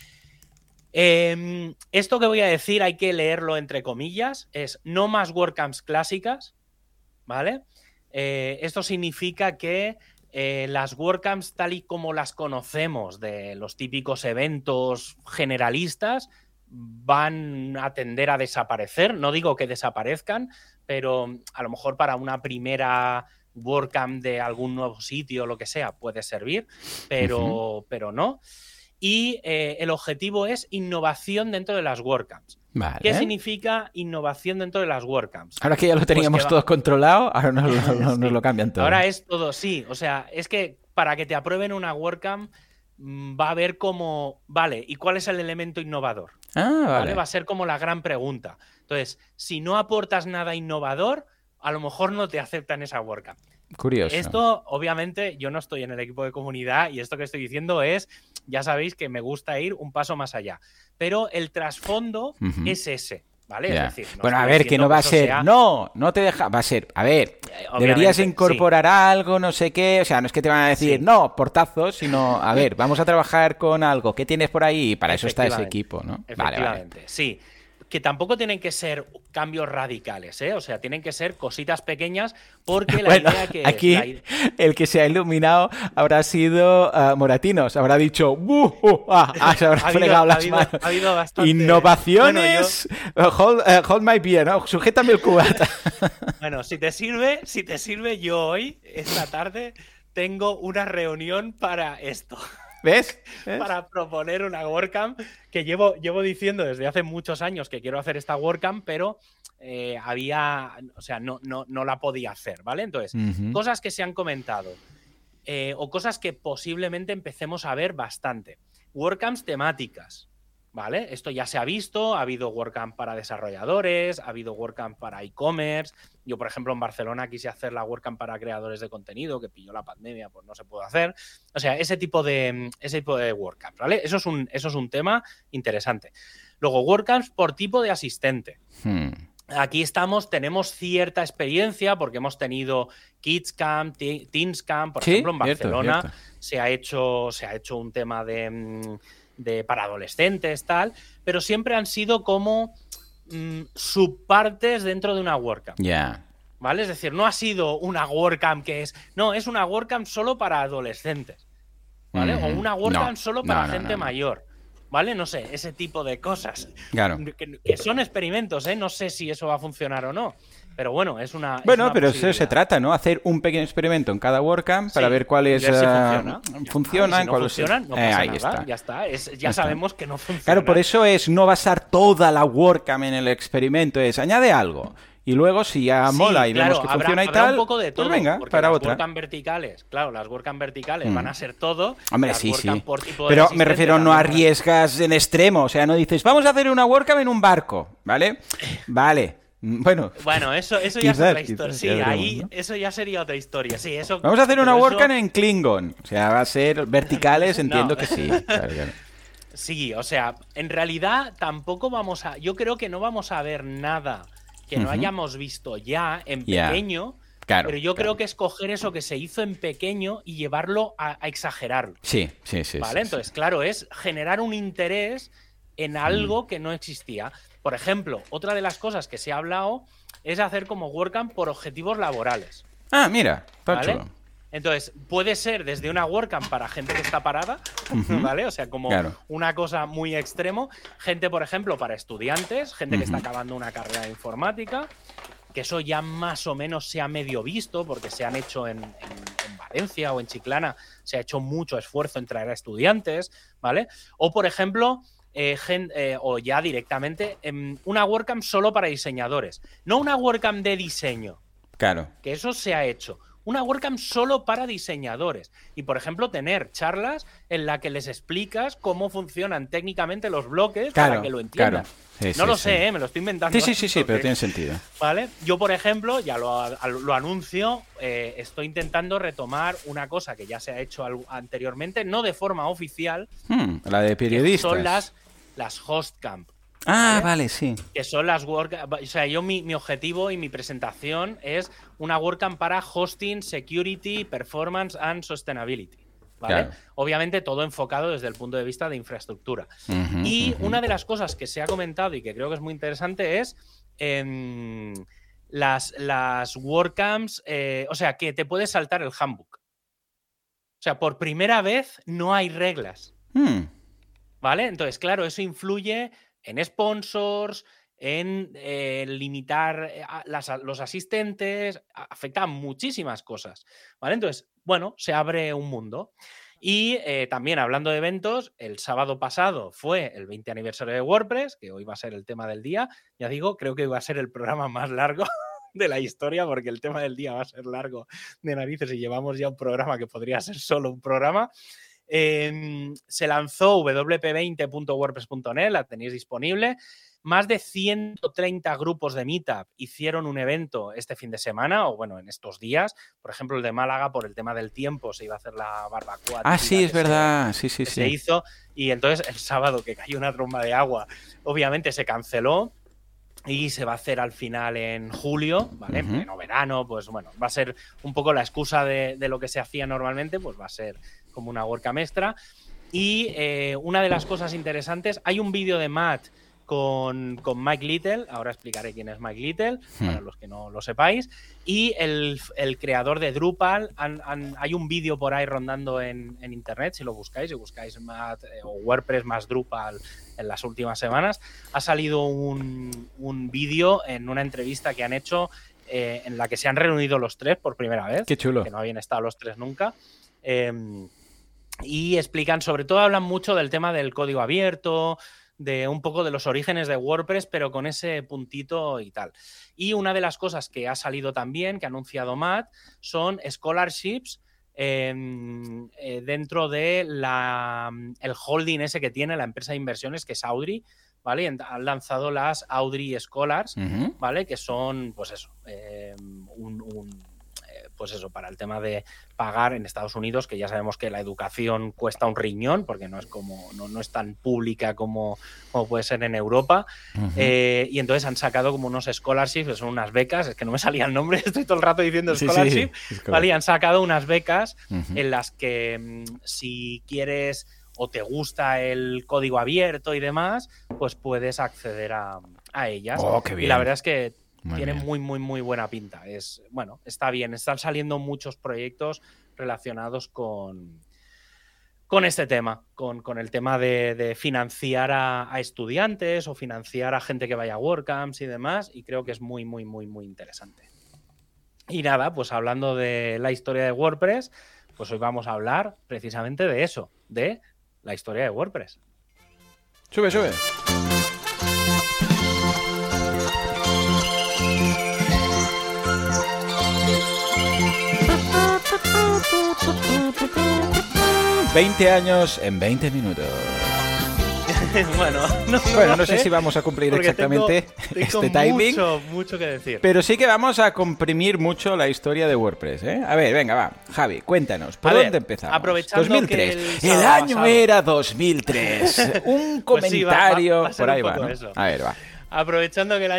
Esto que voy a decir hay que leerlo entre comillas, es no más WordCamps clásicas, ¿vale? Esto significa que las WordCamps tal y como las conocemos de los típicos eventos generalistas van a tender a desaparecer. No digo que desaparezcan, pero a lo mejor para una primera WordCamp de algún nuevo sitio o lo que sea puede servir, pero no. Y el objetivo es innovación dentro de las WordCamps. Vale. ¿Qué significa innovación dentro de las WordCamps? Ahora que ya lo teníamos Pues todo controlado, ahora nos sí. lo cambian todo. Ahora es todo, sí. O sea, es que para que te aprueben una WordCamp va a haber como, vale, ¿y cuál es el elemento innovador? Vale. Va a ser como la gran pregunta. Entonces, si no aportas nada innovador, a lo mejor no te aceptan esa WordCamp. Curioso. Esto, obviamente, yo no estoy en el equipo de comunidad y esto que estoy diciendo es, ya sabéis que me gusta ir un paso más allá. Pero el trasfondo es ese, ¿vale? Yeah. Es decir, no bueno, a ver, que no va a ser, sea... no te deja, va a ser, a ver, deberías incorporar algo, no sé qué, o sea, no es que te van a decir, no, portazos, sino, a ver, vamos a trabajar con algo, ¿qué tienes por ahí? Y para eso está ese equipo, ¿no? Efectivamente, vale. Sí. Que tampoco tienen que ser cambios radicales, ¿eh? O sea, tienen que ser cositas pequeñas porque la idea que aquí el que se ha iluminado habrá sido Moratinos, habrá dicho se habrá fregado las manos. Ha habido bastante... Innovaciones, bueno, hold my beer, ¿no? Sujétame el cubata. Bueno, si te sirve, yo hoy, esta tarde, tengo una reunión para esto. ¿Ves? Para proponer una WordCamp que llevo diciendo desde hace muchos años que quiero hacer esta WordCamp, pero no la podía hacer, ¿vale? Entonces, cosas que se han comentado o cosas que posiblemente empecemos a ver bastante. WordCamps temáticas, ¿vale? Esto ya se ha visto, ha habido WordCamp para desarrolladores, ha habido WordCamp para e-commerce. Yo, por ejemplo, en Barcelona quise hacer la WordCamp para creadores de contenido, que pilló la pandemia, pues no se puede hacer. O sea, ese tipo de WordCamp, ¿vale? Eso es un tema interesante. Luego, WordCamps por tipo de asistente. Aquí tenemos cierta experiencia porque hemos tenido KidsCamp, TeensCamp, por ejemplo, en Barcelona cierto. Se ha hecho un tema para adolescentes, tal, pero siempre han sido como subpartes dentro de una WordCamp. ¿Vale? Es decir, no ha sido una WordCamp es una WordCamp solo para adolescentes, ¿vale? O una WordCamp solo para gente mayor, ¿vale? No sé, ese tipo de cosas. Claro. Que son experimentos, ¿eh? No sé si eso va a funcionar o no. Pero bueno, es una. Bueno, pero eso se trata, ¿no? Hacer un pequeño experimento en cada WordCamp para ver cuáles funcionan. Si no funcionan, no pasa nada. Ya está. Ya sabemos que no funciona. Claro, por eso es no basar toda la WordCamp en el experimento, es añade algo. Y luego, si ya mola y vemos que funciona y tal, un poco de todo, pues venga, para otra. Las WordCamp verticales van a ser todo. Hombre, sí. Pero me refiero, no arriesgas en extremo. O sea, no dices, vamos a hacer una WordCamp en un barco, ¿vale? Vale. Bueno, eso ya es otra historia. Sí, ahí eso ya sería otra historia. Sí, eso. Vamos a hacer una WordCamp en Klingon. O sea, va a ser verticales, entiendo que sí. Claro. Sí, o sea, en realidad tampoco yo creo que no vamos a ver nada que no hayamos visto ya en pequeño, pero yo creo que es coger eso que se hizo en pequeño y llevarlo a exagerarlo. Sí. ¿Vale? Entonces, claro, es generar un interés en algo que no existía. Por ejemplo, otra de las cosas que se ha hablado es hacer como WordCamp por objetivos laborales. Ah, mira, ¿vale? Entonces, puede ser desde una WordCamp para gente que está parada, ¿vale? O sea, como una cosa muy extremo. Gente, por ejemplo, para estudiantes, gente que está acabando una carrera de informática, que eso ya más o menos se ha medio visto, porque se han hecho en Valencia o en Chiclana, se ha hecho mucho esfuerzo en traer a estudiantes, ¿vale? O, por ejemplo, o ya directamente una WordCamp solo para diseñadores. No una WordCamp de diseño. Claro. Que eso se ha hecho. Una WordCamp solo para diseñadores. Y, por ejemplo, tener charlas en las que les explicas cómo funcionan técnicamente los bloques para que lo entiendan. No lo sé, me lo estoy inventando. Sí, pero tiene sentido. ¿Vale? Yo, por ejemplo, ya lo anuncio, estoy intentando retomar una cosa que ya se ha hecho anteriormente, no de forma oficial. La de periodistas. Son las HostCamp. Vale, sí. Que son las WordCamp. O sea, mi objetivo y mi presentación es una WordCamp para hosting, security, performance and sustainability. ¿Vale? Claro. Obviamente todo enfocado desde el punto de vista de infraestructura. Una de las cosas que se ha comentado y que creo que es muy interesante es las WordCamps, o sea, que te puedes saltar el handbook. O sea, por primera vez no hay reglas. ¿Vale? Entonces, claro, eso influye en sponsors, en limitar los asistentes, afecta a muchísimas cosas, ¿vale? Entonces, bueno, se abre un mundo. Y también hablando de eventos, el sábado pasado fue el 20 aniversario de WordPress, que hoy va a ser el tema del día. Ya digo, creo que va a ser el programa más largo de la historia, porque el tema del día va a ser largo de narices y llevamos ya un programa que podría ser solo un programa. Se lanzó wp20.wordpress.net, la tenéis disponible. Más de 130 grupos de Meetup hicieron un evento este fin de semana, o bueno, en estos días. Por ejemplo, el de Málaga, por el tema del tiempo, se iba a hacer la barbacoa. Ah, sí, es verdad. Sí. Se hizo, y entonces el sábado, que cayó una tromba de agua, obviamente se canceló. Y se va a hacer al final en julio, ¿vale? En pleno verano, pues bueno, va a ser un poco la excusa de lo que se hacía normalmente, pues va a ser como una WordCamp extra. Y una de las cosas interesantes, hay un vídeo de Matt con Mike Little, ahora explicaré quién es Mike Little, para los que no lo sepáis, y el creador de Drupal, hay un vídeo por ahí rondando en internet, si lo buscáis, Matt o WordPress más Drupal en las últimas semanas, ha salido un vídeo en una entrevista que han hecho en la que se han reunido los tres por primera vez. Qué chulo. Que no habían estado los tres nunca. Y explican, sobre todo hablan mucho del tema del código abierto, de un poco de los orígenes de WordPress, pero con ese puntito y tal. Y una de las cosas que ha salido también, que ha anunciado Matt, son scholarships dentro de el holding ese que tiene la empresa de inversiones, que es Audrey, ¿vale? Y han lanzado las Audrey Scholars, ¿vale? Que son, pues eso, pues eso, para el tema de pagar en Estados Unidos, que ya sabemos que la educación cuesta un riñón, porque no es como no es tan pública como puede ser en Europa. Y entonces han sacado como unos scholarships, que son unas becas, es que no me salía el nombre, estoy todo el rato diciendo scholarship, ¿vale? Y han sacado unas becas en las que si quieres o te gusta el código abierto y demás, pues puedes acceder a ellas. ¡Oh, qué bien! Y la verdad es que tiene muy buena pinta. Bueno, está bien. Están saliendo muchos proyectos relacionados con este tema, con el tema de financiar a estudiantes o financiar a gente que vaya a WordCamps y demás, y creo que es muy interesante. Y nada, pues hablando de la historia de WordPress, pues hoy vamos a hablar precisamente de eso, de la historia de WordPress. Sube. «20 años en 20 minutos». Bueno, no sé si vamos a cumplir exactamente este timing. Mucho que decir. Pero sí que vamos a comprimir mucho la historia de WordPress, ¿eh? A ver, venga, va. Javi, cuéntanos, ¿por dónde empezamos? Aprovechando 2003. que el año pasado era 2003. Un comentario. Pues sí, por ahí va, ¿no? Eso. A ver, va. Aprovechando que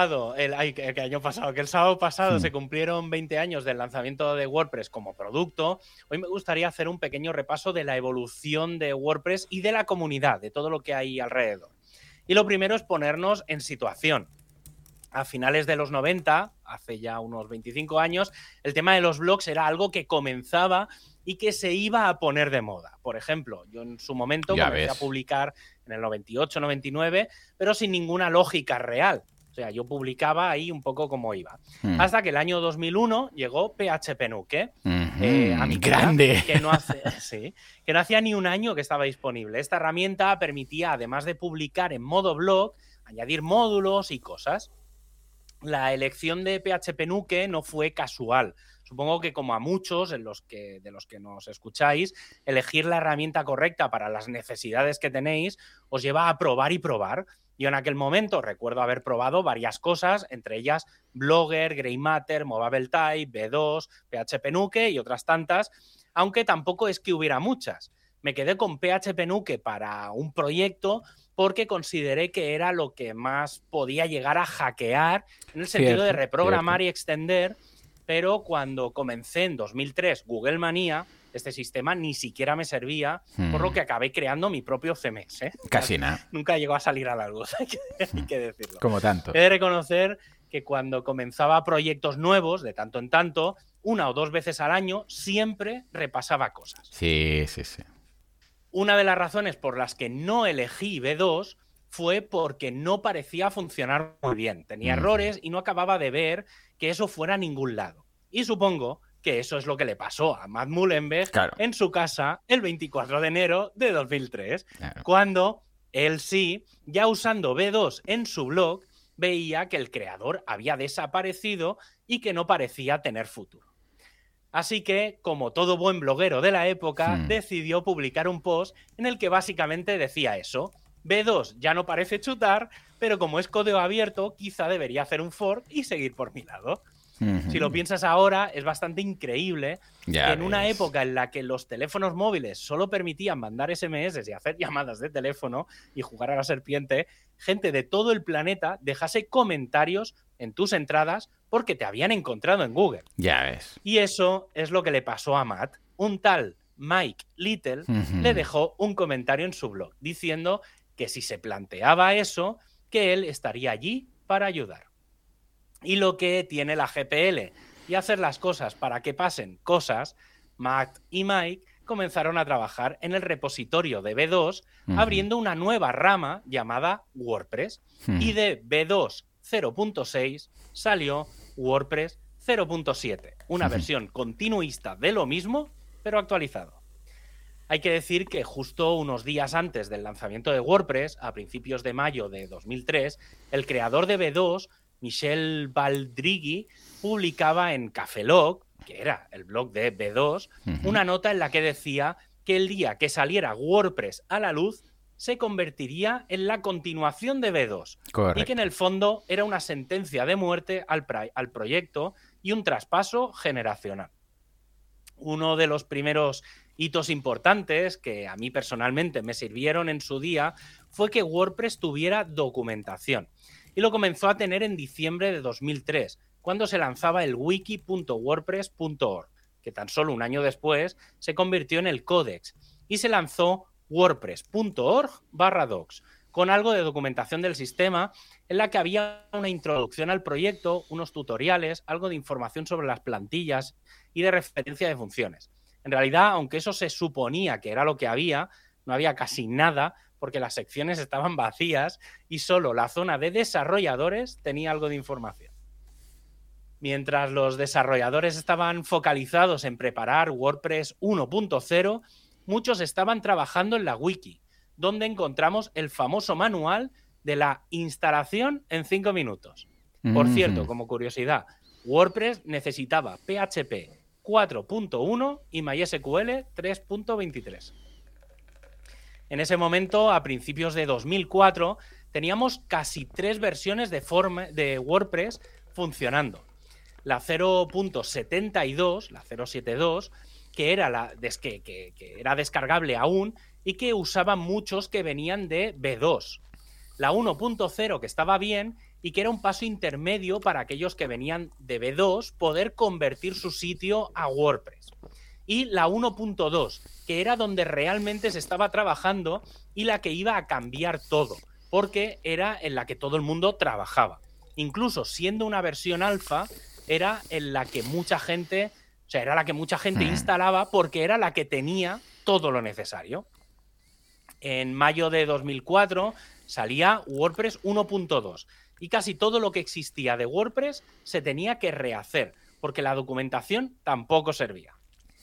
el sábado pasado se cumplieron 20 años del lanzamiento de WordPress como producto, hoy me gustaría hacer un pequeño repaso de la evolución de WordPress y de la comunidad, de todo lo que hay alrededor. Y lo primero es ponernos en situación. A finales de los 90, hace ya unos 25 años, el tema de los blogs era algo que comenzaba y que se iba a poner de moda. Por ejemplo, yo en su momento comencé a publicar en el 98, 99, pero sin ninguna lógica real. O sea, yo publicaba ahí un poco como iba. Hasta que el año 2001 llegó PHPNuke, a mi grande, que no hacía ni un año que estaba disponible. Esta herramienta permitía, además de publicar en modo blog, añadir módulos y cosas. La elección de PHPNuke no fue casual. Supongo que como a muchos de los que nos escucháis, elegir la herramienta correcta para las necesidades que tenéis os lleva a probar y probar. Yo en aquel momento recuerdo haber probado varias cosas, entre ellas Blogger, Grey Matter, Movable Type, V2, PHPNuke y otras tantas, aunque tampoco es que hubiera muchas. Me quedé con PHPNuke para un proyecto porque consideré que era lo que más podía llegar a hackear en el sentido de reprogramar y extender, pero cuando comencé en 2003 Google Manía, este sistema ni siquiera me servía, por lo que acabé creando mi propio CMS. Casi nada. Nunca llegó a salir a la luz, hay que decirlo. Como tanto. He de reconocer que cuando comenzaba proyectos nuevos, de tanto en tanto, 1 o 2 veces al año, siempre repasaba cosas. Sí. Una de las razones por las que no elegí V2 fue porque no parecía funcionar muy bien. Tenía errores y no acababa de ver que eso fuera a ningún lado. Y supongo que eso es lo que le pasó a Matt Mullenweg en su casa el 24 de enero de 2003, cuando él sí, ya usando V2 en su blog, veía que el creador había desaparecido y que no parecía tener futuro. Así que, como todo buen bloguero de la época, decidió publicar un post en el que básicamente decía eso. V2 ya no parece chutar, pero como es código abierto, quizá debería hacer un fork y seguir por mi lado. Si lo piensas ahora, es bastante increíble que en una época en la que los teléfonos móviles solo permitían mandar SMS y hacer llamadas de teléfono y jugar a la serpiente, gente de todo el planeta dejase comentarios en tus entradas porque te habían encontrado en Google. Ya ves. Y eso es lo que le pasó a Matt. Un tal Mike Little le dejó un comentario en su blog diciendo que si se planteaba eso, que él estaría allí para ayudar. Y lo que tiene la GPL y hacer las cosas para que pasen cosas, Matt y Mike comenzaron a trabajar en el repositorio de V2, abriendo una nueva rama llamada WordPress. Y de V2 0.6 salió WordPress 0.7, una versión continuista de lo mismo, pero actualizado. Hay que decir que justo unos días antes del lanzamiento de WordPress, a principios de mayo de 2003, el creador de V2, Michel Baldrigui, publicaba en Cafelog, que era el blog de V2, una nota en la que decía que el día que saliera WordPress a la luz se convertiría en la continuación de V2. Correcto. Y que en el fondo era una sentencia de muerte al proyecto y un traspaso generacional. Uno de los primeros hitos importantes que a mí personalmente me sirvieron en su día fue que WordPress tuviera documentación. Y lo comenzó a tener en diciembre de 2003, cuando se lanzaba el wiki.wordpress.org, que tan solo un año después se convirtió en el Codex, y se lanzó wordpress.org/docs, con algo de documentación del sistema en la que había una introducción al proyecto, unos tutoriales, algo de información sobre las plantillas y de referencia de funciones. En realidad, aunque eso se suponía que era lo que había, no había casi nada porque las secciones estaban vacías y solo la zona de desarrolladores tenía algo de información. Mientras los desarrolladores estaban focalizados en preparar WordPress 1.0, muchos estaban trabajando en la wiki, donde encontramos el famoso manual de la instalación en 5 minutos. Por cierto, como curiosidad, WordPress necesitaba PHP 4.1 y MySQL 3.23. En ese momento, a principios de 2004, teníamos casi 3 versiones de WordPress funcionando. La 0.72, la 0.72, que era, que era descargable aún y que usaban muchos que venían de V2. La 1.0, que estaba bien y que era un paso intermedio para aquellos que venían de V2 poder convertir su sitio a WordPress. Y la 1.2, que era donde realmente se estaba trabajando y la que iba a cambiar todo, porque era en la que todo el mundo trabajaba. Incluso siendo una versión alfa, era en la que mucha gente, era la que mucha gente instalaba porque era la que tenía todo lo necesario. En mayo de 2004 salía WordPress 1.2 y casi todo lo que existía de WordPress se tenía que rehacer porque la documentación tampoco servía.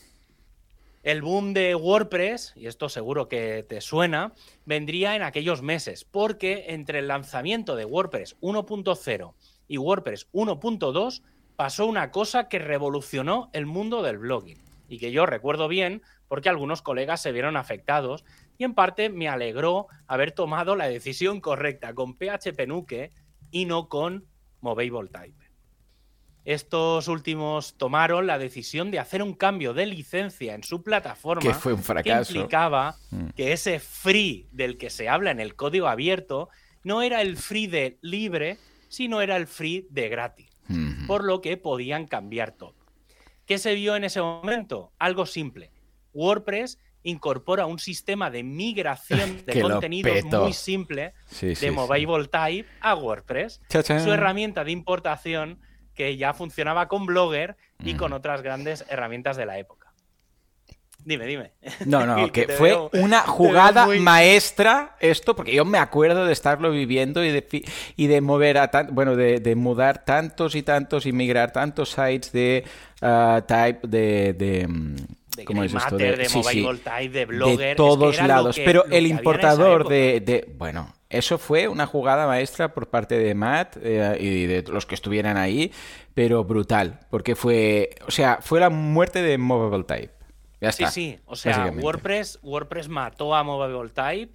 El boom de WordPress, y esto seguro que te suena, vendría en aquellos meses, porque entre el lanzamiento de WordPress 1.0 y WordPress 1.2 pasó una cosa que revolucionó el mundo del blogging, y que yo recuerdo bien porque algunos colegas se vieron afectados, y en parte me alegró haber tomado la decisión correcta con PHP Nuke y no con Movable Type. Estos últimos tomaron la decisión de hacer un cambio de licencia en su plataforma que fue un fracaso, que implicaba que ese free del que se habla en el código abierto no era el free de libre, sino era el free de gratis, por lo que podían cambiar todo. ¿Qué se vio en ese momento? Algo simple. WordPress incorpora un sistema de migración de contenidos muy simple de Movable Type a WordPress. ¡Chachán! Su herramienta de importación que ya funcionaba con Blogger y con otras grandes herramientas de la época. Dime. No, que fue una jugada maestra esto, porque yo me acuerdo de estarlo viviendo y de mover de mudar tantos y tantos y migrar tantos sites de Type, de ¿cómo es esto? De Mobile Type, de Blogger. De todos lados. Pero el importador bueno, eso fue una jugada maestra por parte de Matt y de los que estuvieran ahí, pero brutal, porque fue la muerte de Mobile Type. Ya está, sí. O sea, WordPress mató a Mobile Type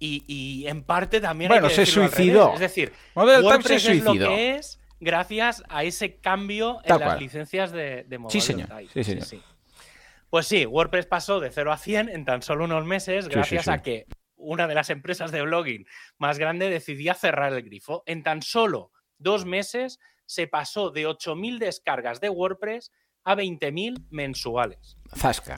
y en parte también hay que se suicidó. Es decir, WordPress es lo que es gracias a ese cambio en las licencias de Mobile Type. Sí, señor. Pues sí, WordPress pasó de 0 a 100 en tan solo unos meses gracias a que una de las empresas de blogging más grande decidía cerrar el grifo. En tan solo 2 meses se pasó de 8.000 descargas de WordPress a 20.000 mensuales. Zasca.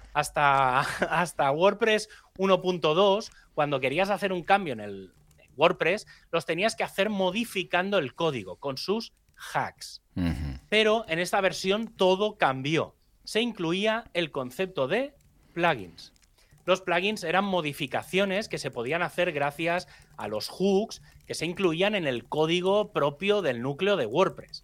Hasta WordPress 1.2, cuando querías hacer un cambio en WordPress, los tenías que hacer modificando el código con sus hacks. Uh-huh. Pero en esta versión todo cambió. Se incluía el concepto de plugins. Los plugins eran modificaciones que se podían hacer gracias a los hooks que se incluían en el código propio del núcleo de WordPress.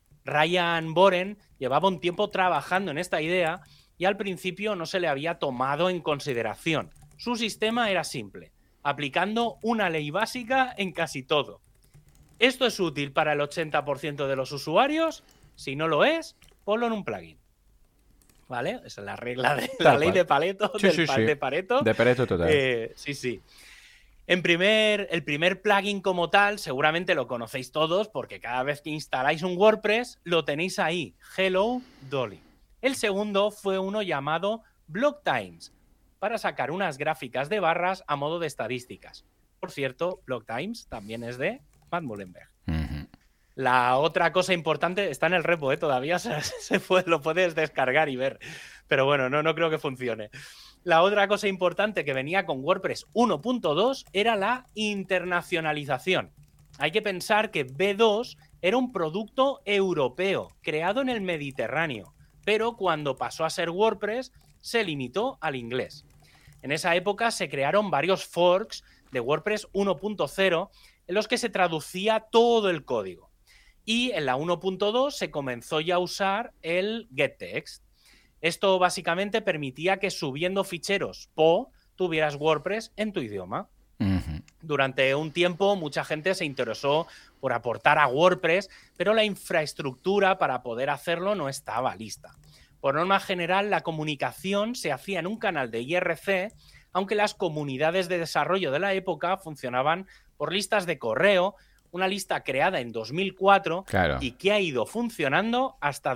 Ryan Boren llevaba un tiempo trabajando en esta idea y al principio no se le había tomado en consideración. Su sistema era simple, aplicando una ley básica en casi todo. ¿Esto es útil para el 80% de los usuarios? Si no lo es, ponlo en un plugin. ¿Vale? Esa es la regla de la ley de Pareto, de Pareto. De Pareto total. Sí. El primer plugin como tal, seguramente lo conocéis todos, porque cada vez que instaláis un WordPress, lo tenéis ahí. Hello Dolly. El segundo fue uno llamado Block Times, para sacar unas gráficas de barras a modo de estadísticas. Por cierto, Block Times también es de Matt Mullenweg. Uh-huh. La otra cosa importante está en el repo, todavía lo puedes descargar y ver. Pero bueno, no creo que funcione. La otra cosa importante que venía con WordPress 1.2 era la internacionalización. Hay que pensar que B2 era un producto europeo, creado en el Mediterráneo, pero cuando pasó a ser WordPress se limitó al inglés. En esa época se crearon varios forks de WordPress 1.0 en los que se traducía todo el código. Y en la 1.2 se comenzó ya a usar el getText. Esto básicamente permitía que subiendo ficheros PO tuvieras WordPress en tu idioma. Uh-huh. Durante un tiempo mucha gente se interesó por aportar a WordPress, pero la infraestructura para poder hacerlo no estaba lista. Por norma general, la comunicación se hacía en un canal de IRC, aunque las comunidades de desarrollo de la época funcionaban por listas de correo, una lista creada en 2004 y que ha ido funcionando hasta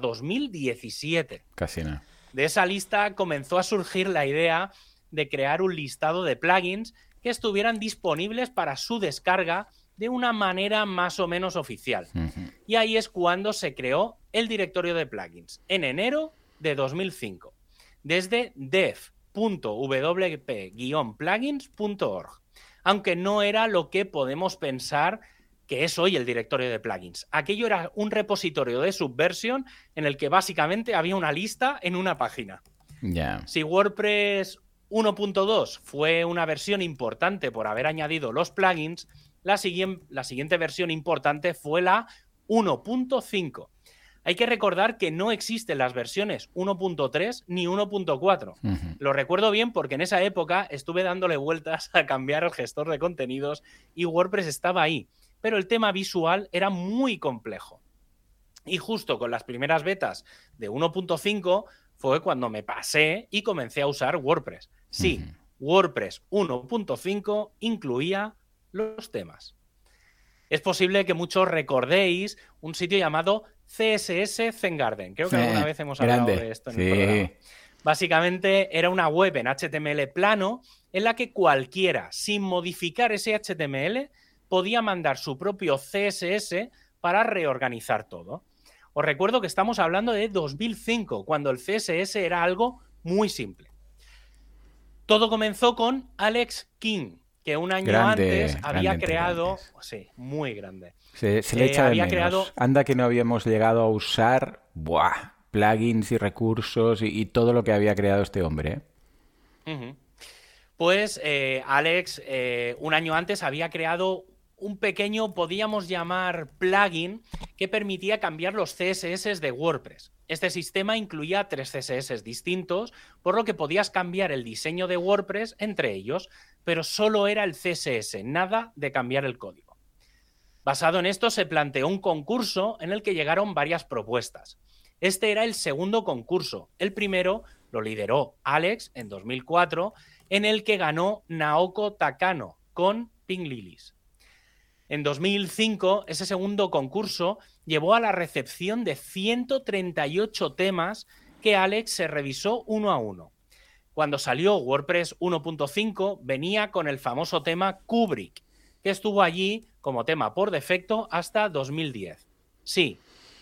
2017. Casi no. De esa lista comenzó a surgir la idea de crear un listado de plugins que estuvieran disponibles para su descarga de una manera más o menos oficial. Uh-huh. Y ahí es cuando se creó el directorio de plugins, en enero de 2005, desde dev.wp-plugins.org, aunque no era lo que podemos pensar que es hoy el directorio de plugins. Aquello era un repositorio de Subversion en el que básicamente había una lista en una página. Yeah. Si WordPress 1.2 fue una versión importante por haber añadido los plugins, la siguiente versión importante fue la 1.5. Hay que recordar que no existen las versiones 1.3 ni 1.4. Uh-huh. Lo recuerdo bien porque en esa época estuve dándole vueltas a cambiar el gestor de contenidos y WordPress estaba ahí. Pero el tema visual era muy complejo. Y justo con las primeras betas de 1.5 fue cuando me pasé y comencé a usar WordPress. Sí, WordPress 1.5 incluía los temas. Es posible que muchos recordéis un sitio llamado CSS Zen Garden. Creo que alguna vez hemos hablado de esto en el programa. Básicamente era una web en HTML plano en la que cualquiera, sin modificar ese HTML, podía mandar su propio CSS para reorganizar todo. Os recuerdo que estamos hablando de 2005, cuando el CSS era algo muy simple. Todo comenzó con Alex King, que un año antes había creado... Sí, muy grande. Se le echa de menos. Anda que no habíamos llegado a usar plugins y recursos y todo lo que había creado este hombre, ¿eh? Ujú. Pues Alex, un año antes había creado un pequeño, podíamos llamar plugin, que permitía cambiar los CSS de WordPress. Este sistema incluía 3 CSS distintos, por lo que podías cambiar el diseño de WordPress entre ellos, pero solo era el CSS, nada de cambiar el código. Basado en esto se planteó un concurso en el que llegaron varias propuestas. Este era el segundo concurso. El primero lo lideró Alex en 2004, en el que ganó Naoko Takano con Pink Lilies. En 2005, ese segundo concurso llevó a la recepción de 138 temas que Alex se revisó uno a uno. Cuando salió WordPress 1.5, venía con el famoso tema Kubrick, que estuvo allí como tema por defecto hasta 2010. Sí,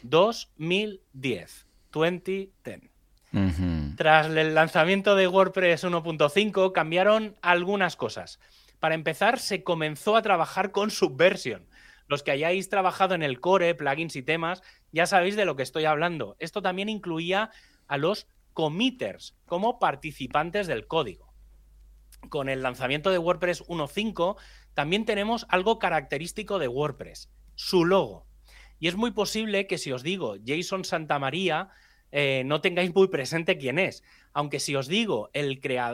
2010. 2010. Tras el lanzamiento de WordPress 1.5 cambiaron algunas cosas. Para empezar, se comenzó a trabajar con Subversion. Los que hayáis trabajado en el core, plugins y temas, ya sabéis de lo que estoy hablando. Esto también incluía a los committers como participantes del código. Con el lanzamiento de WordPress 1.5 también tenemos algo característico de WordPress, su logo. Y es muy posible que si os digo Jason Santamaría, no tengáis muy presente quién es. Aunque si os digo que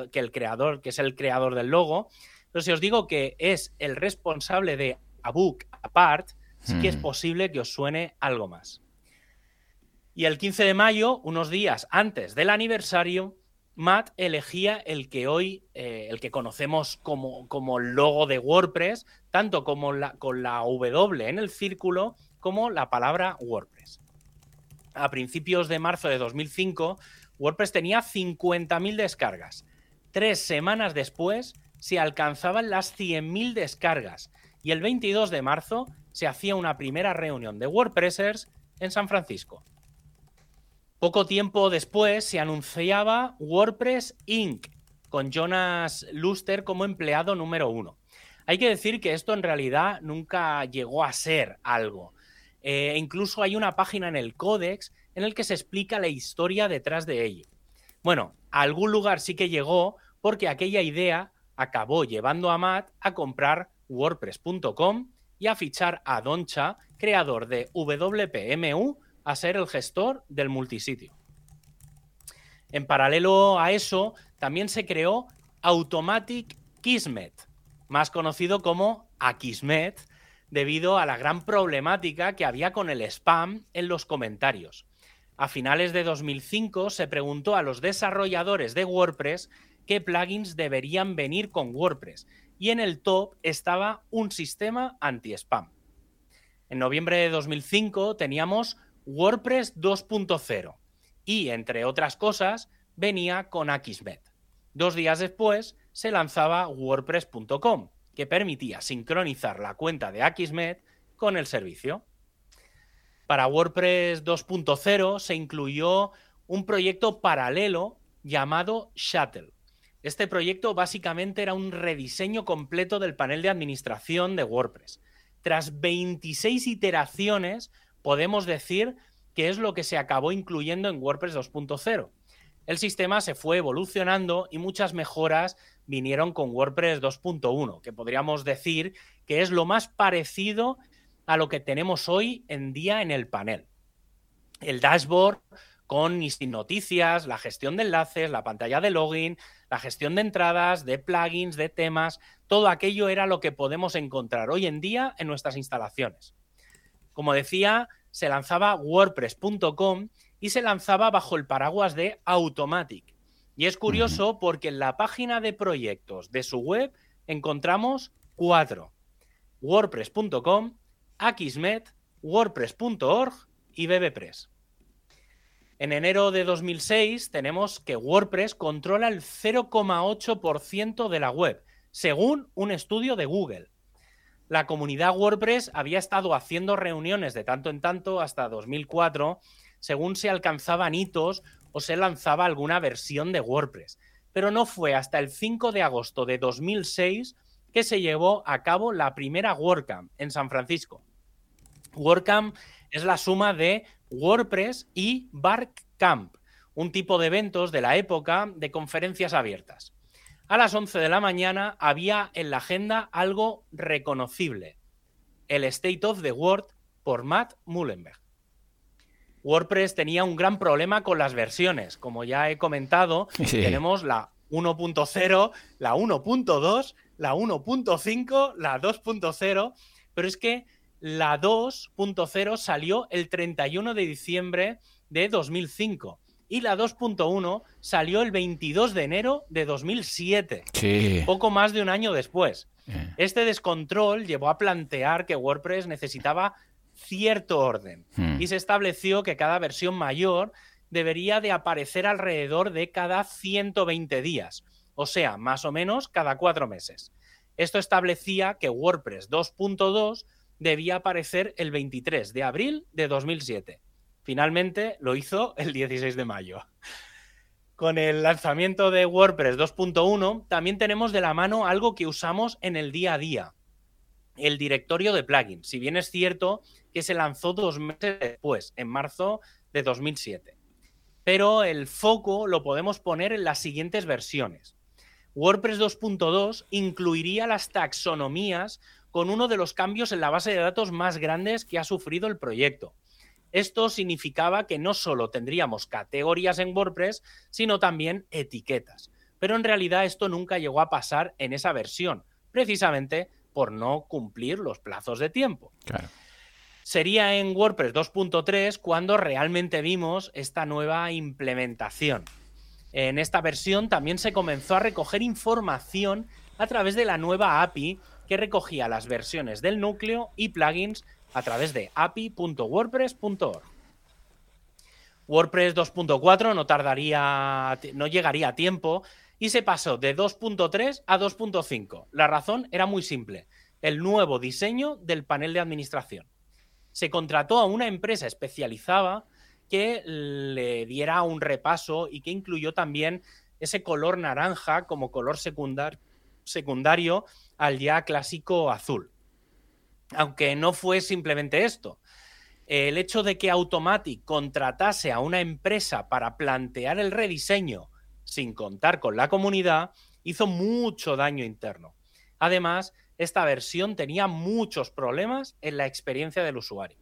es el creador del logo, pero si os digo que es el responsable de A Book Apart, sí que es posible que os suene algo más. Y el 15 de mayo, unos días antes del aniversario, Matt elegía el que conocemos como logo de WordPress, tanto como con la W en el círculo, como la palabra WordPress. A principios de marzo de 2005, WordPress tenía 50.000 descargas. 3 semanas después se alcanzaban las 100.000 descargas y el 22 de marzo se hacía una primera reunión de WordPressers en San Francisco. Poco tiempo después se anunciaba WordPress Inc., con Jonas Luster como empleado número 1. Hay que decir que esto en realidad nunca llegó a ser algo. Incluso hay una página en el Codex en el que se explica la historia detrás de ello. Bueno, a algún lugar sí que llegó porque aquella idea acabó llevando a Matt a comprar WordPress.com y a fichar a Doncha, creador de WPMU, a ser el gestor del multisitio. En paralelo a eso, también se creó Automatic Kismet, más conocido como Akismet, debido a la gran problemática que había con el spam en los comentarios. A finales de 2005 se preguntó a los desarrolladores de WordPress qué plugins deberían venir con WordPress, y en el top estaba un sistema anti-spam. En noviembre de 2005 teníamos WordPress 2.0 y, entre otras cosas, venía con Akismet. 2 días después se lanzaba WordPress.com, que permitía sincronizar la cuenta de Akismet con el servicio. Para WordPress 2.0 se incluyó un proyecto paralelo llamado Shuttle. Este proyecto básicamente era un rediseño completo del panel de administración de WordPress. Tras 26 iteraciones, podemos decir que es lo que se acabó incluyendo en WordPress 2.0. El sistema se fue evolucionando y muchas mejoras vinieron con WordPress 2.1, que podríamos decir que es lo más parecido a lo que tenemos hoy en día en el panel. El dashboard con y sin noticias, la gestión de enlaces, la pantalla de login, la gestión de entradas, de plugins, de temas, todo aquello era lo que podemos encontrar hoy en día en nuestras instalaciones. Como decía, se lanzaba WordPress.com y se lanzaba bajo el paraguas de Automatic. Y es curioso porque en la página de proyectos de su web encontramos 4. WordPress.com, Akismet, WordPress.org y BBPress. En enero de 2006 tenemos que WordPress controla el 0,8% de la web, según un estudio de Google. La comunidad WordPress había estado haciendo reuniones de tanto en tanto hasta 2004, según se alcanzaban hitos o se lanzaba alguna versión de WordPress. Pero no fue hasta el 5 de agosto de 2006 que se llevó a cabo la primera WordCamp en San Francisco. WordCamp es la suma de WordPress y Barcamp, un tipo de eventos de la época de conferencias abiertas. A las 11 de la mañana había en la agenda algo reconocible: el State of the World por Matt Mullenweg. WordPress tenía un gran problema con las versiones. Como ya he comentado, tenemos la 1.0, la 1.2, la 1.5, la 2.0, pero es que la 2.0 salió el 31 de diciembre de 2005 y la 2.1 salió el 22 de enero de 2007, poco más de un año después. Este descontrol llevó a plantear que WordPress necesitaba cierto orden y se estableció que cada versión mayor debería de aparecer alrededor de cada 120 días, o sea, más o menos cada 4 meses. Esto establecía que WordPress 2.2 debía aparecer el 23 de abril de 2007. Finalmente lo hizo el 16 de mayo. Con el lanzamiento de WordPress 2.1 también tenemos de la mano algo que usamos en el día a día: el directorio de plugins, si bien es cierto que se lanzó 2 meses después, en marzo de 2007. Pero el foco lo podemos poner en las siguientes versiones. WordPress 2.2 incluiría las taxonomías con uno de los cambios en la base de datos más grandes que ha sufrido el proyecto. Esto significaba que no solo tendríamos categorías en WordPress, sino también etiquetas. Pero en realidad esto nunca llegó a pasar en esa versión, precisamente por no cumplir los plazos de tiempo. Claro. Sería en WordPress 2.3 cuando realmente vimos esta nueva implementación. En esta versión también se comenzó a recoger información a través de la nueva API que recogía las versiones del núcleo y plugins a través de api.wordpress.org. WordPress 2.4 no llegaría a tiempo y se pasó de 2.3 a 2.5. La razón era muy simple: el nuevo diseño del panel de administración. Se contrató a una empresa especializada que le diera un repaso y que incluyó también ese color naranja como color secundario al ya clásico azul. Aunque no fue simplemente esto. El hecho de que Automattic contratase a una empresa para plantear el rediseño sin contar con la comunidad hizo mucho daño interno. Además, esta versión tenía muchos problemas en la experiencia del usuario.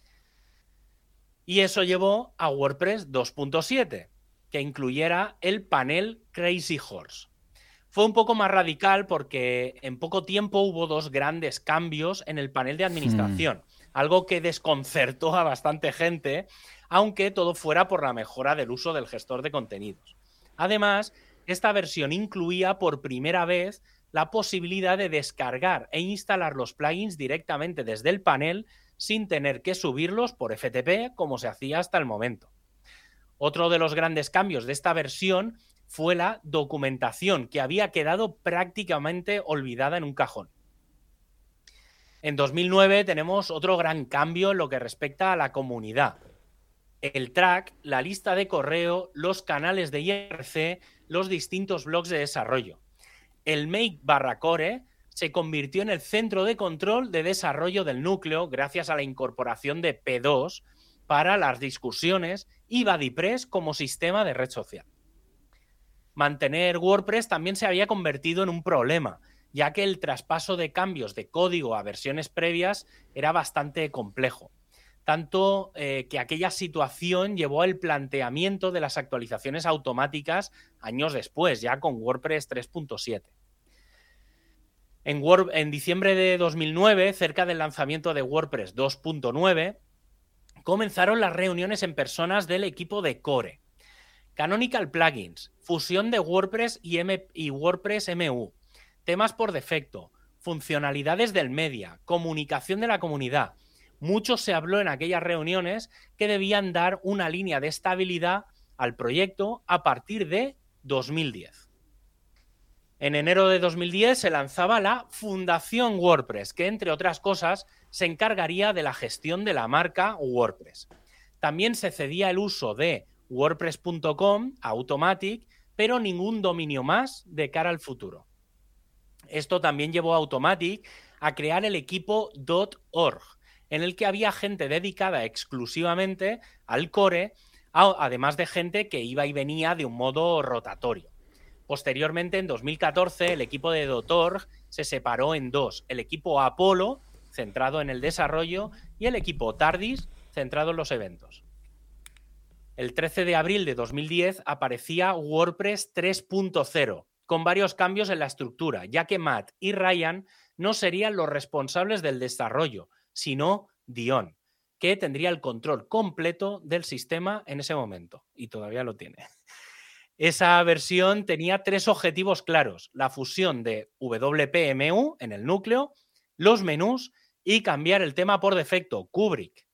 Y eso llevó a WordPress 2.7, que incluyera el panel Crazy Horse. Fue un poco más radical porque en poco tiempo hubo 2 grandes cambios en el panel de administración, algo que desconcertó a bastante gente, aunque todo fuera por la mejora del uso del gestor de contenidos. Además, esta versión incluía por primera vez la posibilidad de descargar e instalar los plugins directamente desde el panel sin tener que subirlos por FTP como se hacía hasta el momento. Otro de los grandes cambios de esta versión fue la documentación, que había quedado prácticamente olvidada en un cajón. En 2009 tenemos otro gran cambio en lo que respecta a la comunidad. El track, la lista de correo, los canales de IRC, los distintos blogs de desarrollo. El make/core se convirtió en el centro de control de desarrollo del núcleo gracias a la incorporación de P2 para las discusiones y BuddyPress como sistema de red social. Mantener WordPress también se había convertido en un problema, ya que el traspaso de cambios de código a versiones previas era bastante complejo. Tanto que aquella situación llevó al planteamiento de las actualizaciones automáticas años después, ya con WordPress 3.7. En diciembre de 2009, cerca del lanzamiento de WordPress 2.9, comenzaron las reuniones en personas del equipo de Core. Canonical Plugins, fusión de WordPress y WordPress MU, temas por defecto, funcionalidades del media, comunicación de la comunidad. Mucho se habló en aquellas reuniones que debían dar una línea de estabilidad al proyecto a partir de 2010. En enero de 2010 se lanzaba la Fundación WordPress, que entre otras cosas se encargaría de la gestión de la marca WordPress. También se cedía el uso de WordPress.com a Automattic, pero ningún dominio más de cara al futuro. Esto también llevó a Automattic a crear el equipo .org, en el que había gente dedicada exclusivamente al core, además de gente que iba y venía de un modo rotatorio. Posteriormente, en 2014, el equipo de .org se separó en dos. El equipo Apollo, centrado en el desarrollo, y el equipo TARDIS, centrado en los eventos. El 13 de abril de 2010 aparecía WordPress 3.0, con varios cambios en la estructura, ya que Matt y Ryan no serían los responsables del desarrollo, sino Dion, que tendría el control completo del sistema en ese momento, y todavía lo tiene. Esa versión tenía 3 objetivos claros: la fusión de WPMU en el núcleo, los menús y cambiar el tema por defecto, Kubrick.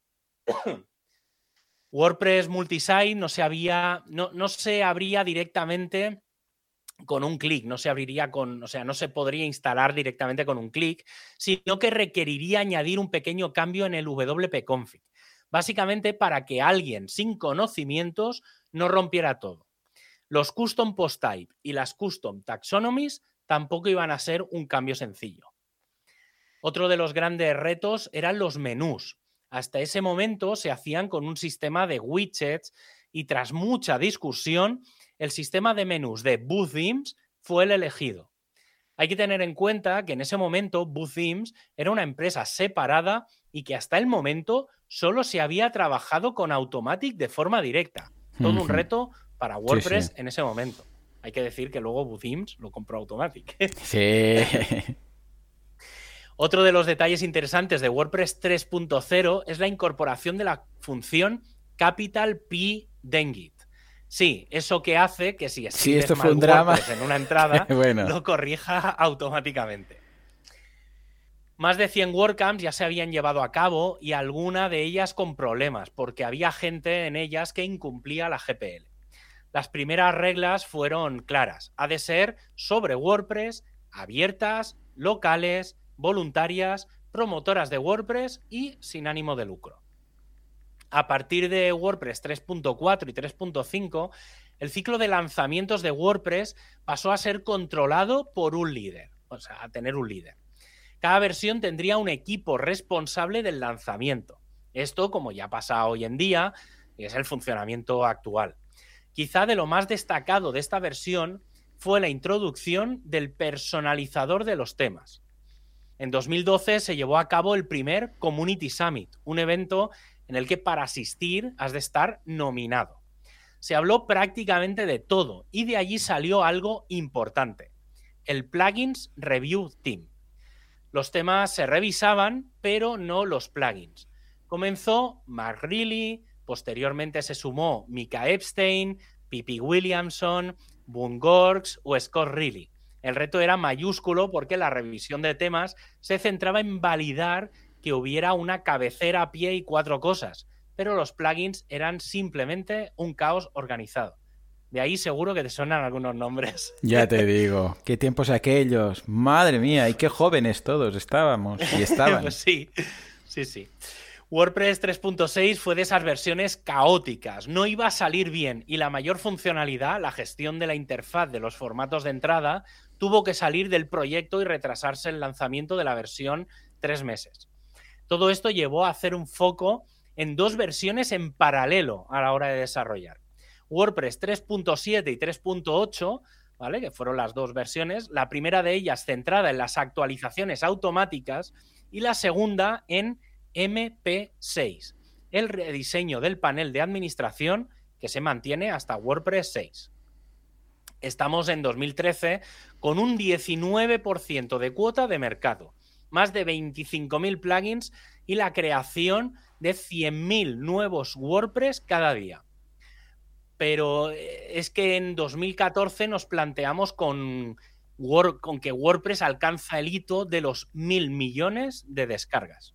WordPress Multisite no se abría directamente con un clic, no se podría instalar directamente con un clic, sino que requeriría añadir un pequeño cambio en el wp-config, básicamente para que alguien sin conocimientos no rompiera todo. Los custom post type y las custom taxonomies tampoco iban a ser un cambio sencillo. Otro de los grandes retos eran los menús. Hasta ese momento se hacían con un sistema de widgets y tras mucha discusión, el sistema de menús de BooThemes fue el elegido. Hay que tener en cuenta que en ese momento BooThemes era una empresa separada y que hasta el momento solo se había trabajado con Automattic de forma directa. Todo un reto para WordPress en ese momento. Hay que decir que luego BooThemes lo compró Automattic. Sí. Otro de los detalles interesantes de WordPress 3.0 es la incorporación de la función Capital P Dengit. Sí, eso que hace que si escribes mal WordPress en una entrada, bueno, lo corrija automáticamente. Más de 100 WordCamps ya se habían llevado a cabo y alguna de ellas con problemas, porque había gente en ellas que incumplía la GPL. Las primeras reglas fueron claras. Ha de ser sobre WordPress, abiertas, locales, voluntarias, promotoras de WordPress y sin ánimo de lucro. A partir de WordPress 3.4 y 3.5, el ciclo de lanzamientos de WordPress pasó a ser controlado por un líder, o sea, a tener un líder. Cada versión tendría un equipo responsable del lanzamiento. Esto, como ya pasa hoy en día, es el funcionamiento actual. Quizá de lo más destacado de esta versión fue la introducción del personalizador de los temas. En 2012 se llevó a cabo el primer Community Summit, un evento en el que para asistir has de estar nominado. Se habló prácticamente de todo y de allí salió algo importante: el Plugins Review Team. Los temas se revisaban, pero no los plugins. Comenzó Mark Reilly, posteriormente se sumó Mika Epstein, Pippi Williamson, Boone Gorks o Scott Reilly. El reto era mayúsculo porque la revisión de temas se centraba en validar que hubiera una cabecera a pie y 4 cosas, pero los plugins eran simplemente un caos organizado. De ahí seguro que te suenan algunos nombres. Ya te digo, qué tiempos aquellos. Madre mía, y qué jóvenes todos estábamos y estaban. Pues sí. WordPress 3.6 fue de esas versiones caóticas, no iba a salir bien y la mayor funcionalidad, la gestión de la interfaz de los formatos de entrada, tuvo que salir del proyecto y retrasarse el lanzamiento de la versión 3 meses. Todo esto llevó a hacer un foco en 2 versiones en paralelo a la hora de desarrollar. WordPress 3.7 y 3.8, ¿vale?, que fueron las 2 versiones, la primera de ellas centrada en las actualizaciones automáticas y la segunda en MP6, el rediseño del panel de administración que se mantiene hasta WordPress 6. Estamos en 2013 con un 19% de cuota de mercado, más de 25.000 plugins y la creación de 100.000 nuevos WordPress cada día. Pero es que en 2014 nos planteamos con que WordPress alcanza el hito de los 1.000 millones de descargas.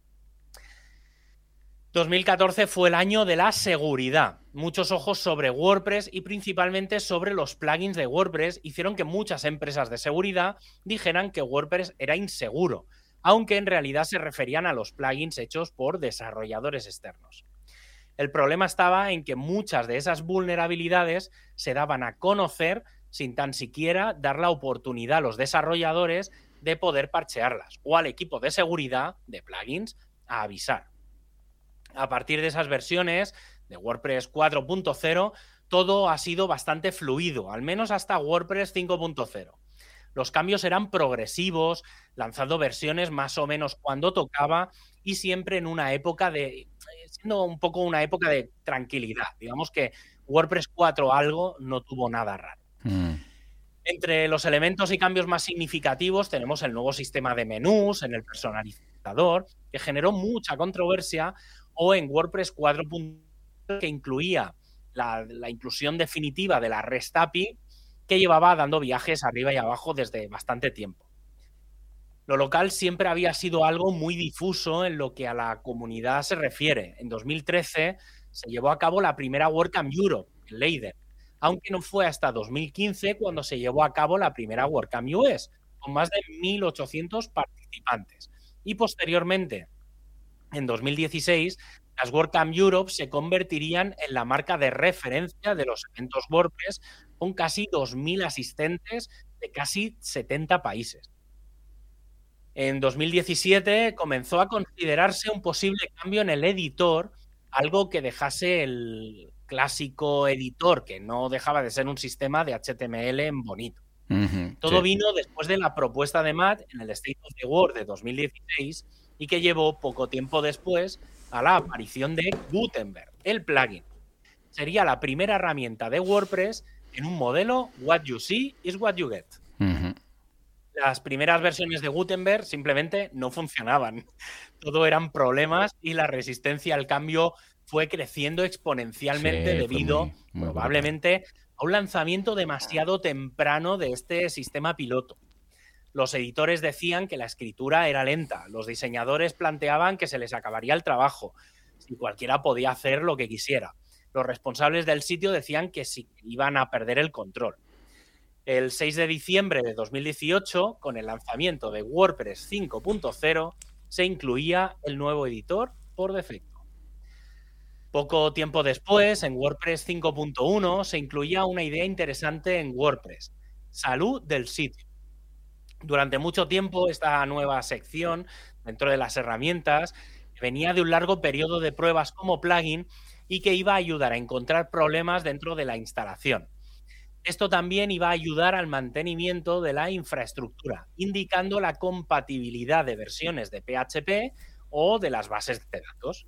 2014 fue el año de la seguridad. Muchos ojos sobre WordPress y principalmente sobre los plugins de WordPress hicieron que muchas empresas de seguridad dijeran que WordPress era inseguro, aunque en realidad se referían a los plugins hechos por desarrolladores externos. El problema estaba en que muchas de esas vulnerabilidades se daban a conocer sin tan siquiera dar la oportunidad a los desarrolladores de poder parchearlas o al equipo de seguridad de plugins a avisar. A partir de esas versiones de WordPress 4.0, todo ha sido bastante fluido, al menos hasta WordPress 5.0. Los cambios eran progresivos, lanzando versiones más o menos cuando tocaba y siempre en una época siendo un poco una época de tranquilidad. Digamos que WordPress 4 algo no tuvo nada raro. Entre los elementos y cambios más significativos tenemos el nuevo sistema de menús en el personalizador, que generó mucha controversia, o en WordPress 4.0, que incluía la inclusión definitiva de la REST API, que llevaba dando viajes arriba y abajo desde bastante tiempo. Lo local siempre había sido algo muy difuso en lo que a la comunidad se refiere. En 2013 se llevó a cabo la primera WordCamp Europe en Leiden, aunque no fue hasta 2015 cuando se llevó a cabo la primera WordCamp US, con más de 1.800 participantes. Y posteriormente, en 2016, las WordCamp Europe se convertirían en la marca de referencia de los eventos WordPress, con casi 2.000 asistentes de casi 70 países. En 2017 comenzó a considerarse un posible cambio en el editor, algo que dejase el clásico editor, que no dejaba de ser un sistema de HTML en bonito. Todo vino después de la propuesta de Matt en el State of the World de 2016 y que llevó poco tiempo después a la aparición de Gutenberg, el plugin. Sería la primera herramienta de WordPress en un modelo What you see is what you get. Las primeras versiones de Gutenberg simplemente no funcionaban. Todo eran problemas y la resistencia al cambio fue creciendo exponencialmente debido, probablemente, a un lanzamiento demasiado temprano de este sistema piloto. Los editores decían que la escritura era lenta, los diseñadores planteaban que se les acabaría el trabajo, si cualquiera podía hacer lo que quisiera. Los responsables del sitio decían que sí, iban a perder el control. El 6 de diciembre de 2018, con el lanzamiento de WordPress 5.0, se incluía el nuevo editor por defecto. Poco tiempo después, en WordPress 5.1, se incluía una idea interesante en WordPress: salud del sitio. Durante mucho tiempo, esta nueva sección, dentro de las herramientas, venía de un largo periodo de pruebas como plugin y que iba a ayudar a encontrar problemas dentro de la instalación. Esto también iba a ayudar al mantenimiento de la infraestructura, indicando la compatibilidad de versiones de PHP o de las bases de datos.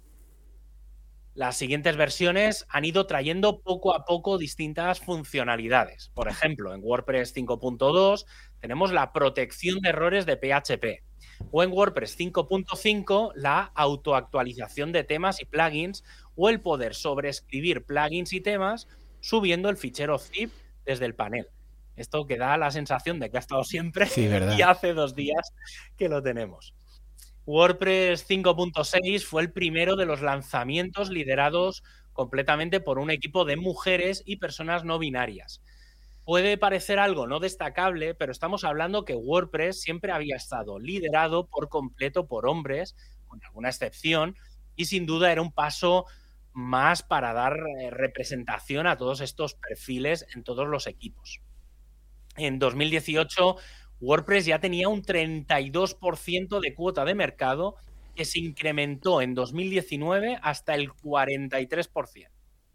Las siguientes versiones han ido trayendo poco a poco distintas funcionalidades. Por ejemplo, en WordPress 5.2 tenemos la protección de errores de PHP. O en WordPress 5.5 la autoactualización de temas y plugins, o el poder sobreescribir plugins y temas subiendo el fichero zip desde el panel. Esto que da la sensación de que ha estado siempre, y hace 2 días que lo tenemos. WordPress 5.6 fue el primero de los lanzamientos liderados completamente por un equipo de mujeres y personas no binarias. Puede parecer algo no destacable, pero estamos hablando que WordPress siempre había estado liderado por completo por hombres, con alguna excepción, y sin duda era un paso más para dar representación a todos estos perfiles en todos los equipos. En 2018, WordPress ya tenía un 32% de cuota de mercado, que se incrementó en 2019 hasta el 43%.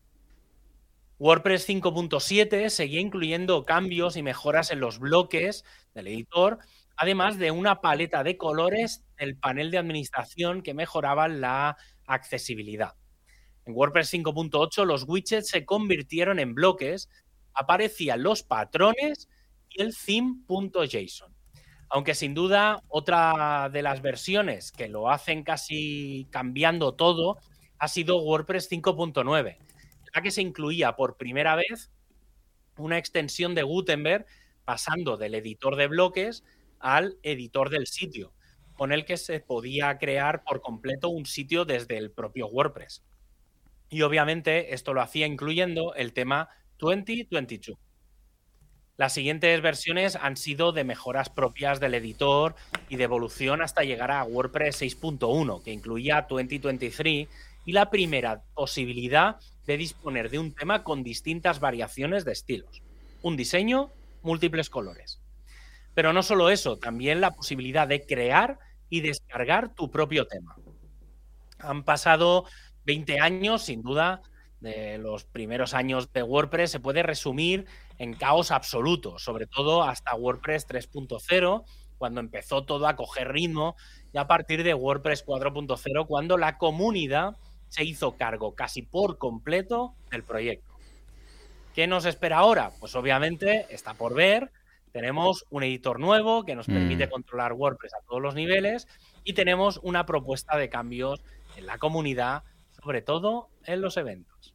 WordPress 5.7 seguía incluyendo cambios y mejoras en los bloques del editor, además de una paleta de colores del panel de administración que mejoraban la accesibilidad. En WordPress 5.8 los widgets se convirtieron en bloques, aparecían los patrones y el theme.json. Aunque sin duda otra de las versiones que lo hacen casi cambiando todo ha sido WordPress 5.9, ya que se incluía por primera vez una extensión de Gutenberg pasando del editor de bloques al editor del sitio, con el que se podía crear por completo un sitio desde el propio WordPress. Y obviamente esto lo hacía incluyendo el tema 2022. Las siguientes versiones han sido de mejoras propias del editor y de evolución hasta llegar a WordPress 6.1, que incluía 2023 y la primera posibilidad de disponer de un tema con distintas variaciones de estilos, un diseño, múltiples colores. Pero no solo eso, también la posibilidad de crear y descargar tu propio tema. Han pasado 20 años, sin duda, de los primeros años de WordPress se puede resumir en caos absoluto, sobre todo hasta WordPress 3.0, cuando empezó todo a coger ritmo, y a partir de WordPress 4.0, cuando la comunidad se hizo cargo casi por completo del proyecto. ¿Qué nos espera ahora? Pues obviamente está por ver. Tenemos un editor nuevo que nos permite controlar WordPress a todos los niveles y tenemos una propuesta de cambios en la comunidad, sobre todo en los eventos.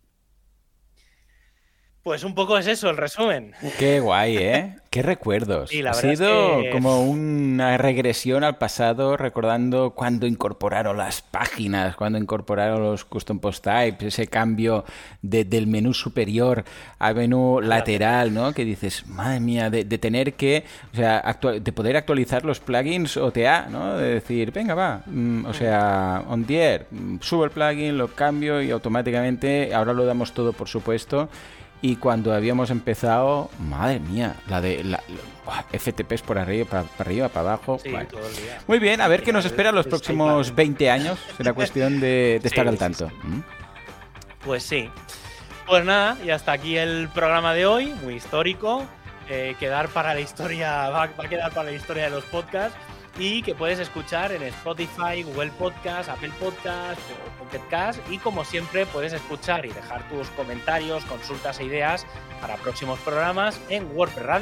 Pues un poco es eso el resumen. Qué guay, ¿eh? Qué recuerdos. Sí, la ha verdad sido es que... como una regresión al pasado, recordando cuando incorporaron las páginas, cuando incorporaron los custom post types, ese cambio del menú superior al menú lateral, ¿no? Que dices, madre mía, de tener que, o sea, de poder actualizar los plugins OTA, ¿no? De decir, venga, va, o sea, on the air, subo el plugin, lo cambio y automáticamente, ahora lo damos todo, por supuesto. Y cuando habíamos empezado, madre mía, FTPs por arriba, para arriba, para abajo. Sí, bueno. todo el día. Muy bien, a ver qué nos espera los próximos 20 años. Será cuestión de estar al tanto. Sí. Pues sí. Pues nada, y hasta aquí el programa de hoy, muy histórico. Quedar para la historia, va a quedar para la historia de los podcasts. Y que puedes escuchar en Spotify, Google Podcast, Apple Podcast o Pocket Cast. Y como siempre puedes escuchar y dejar tus comentarios, consultas e ideas para próximos programas en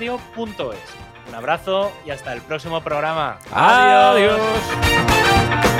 wordpressradio.es. Un abrazo y hasta el próximo programa. ¡Adiós!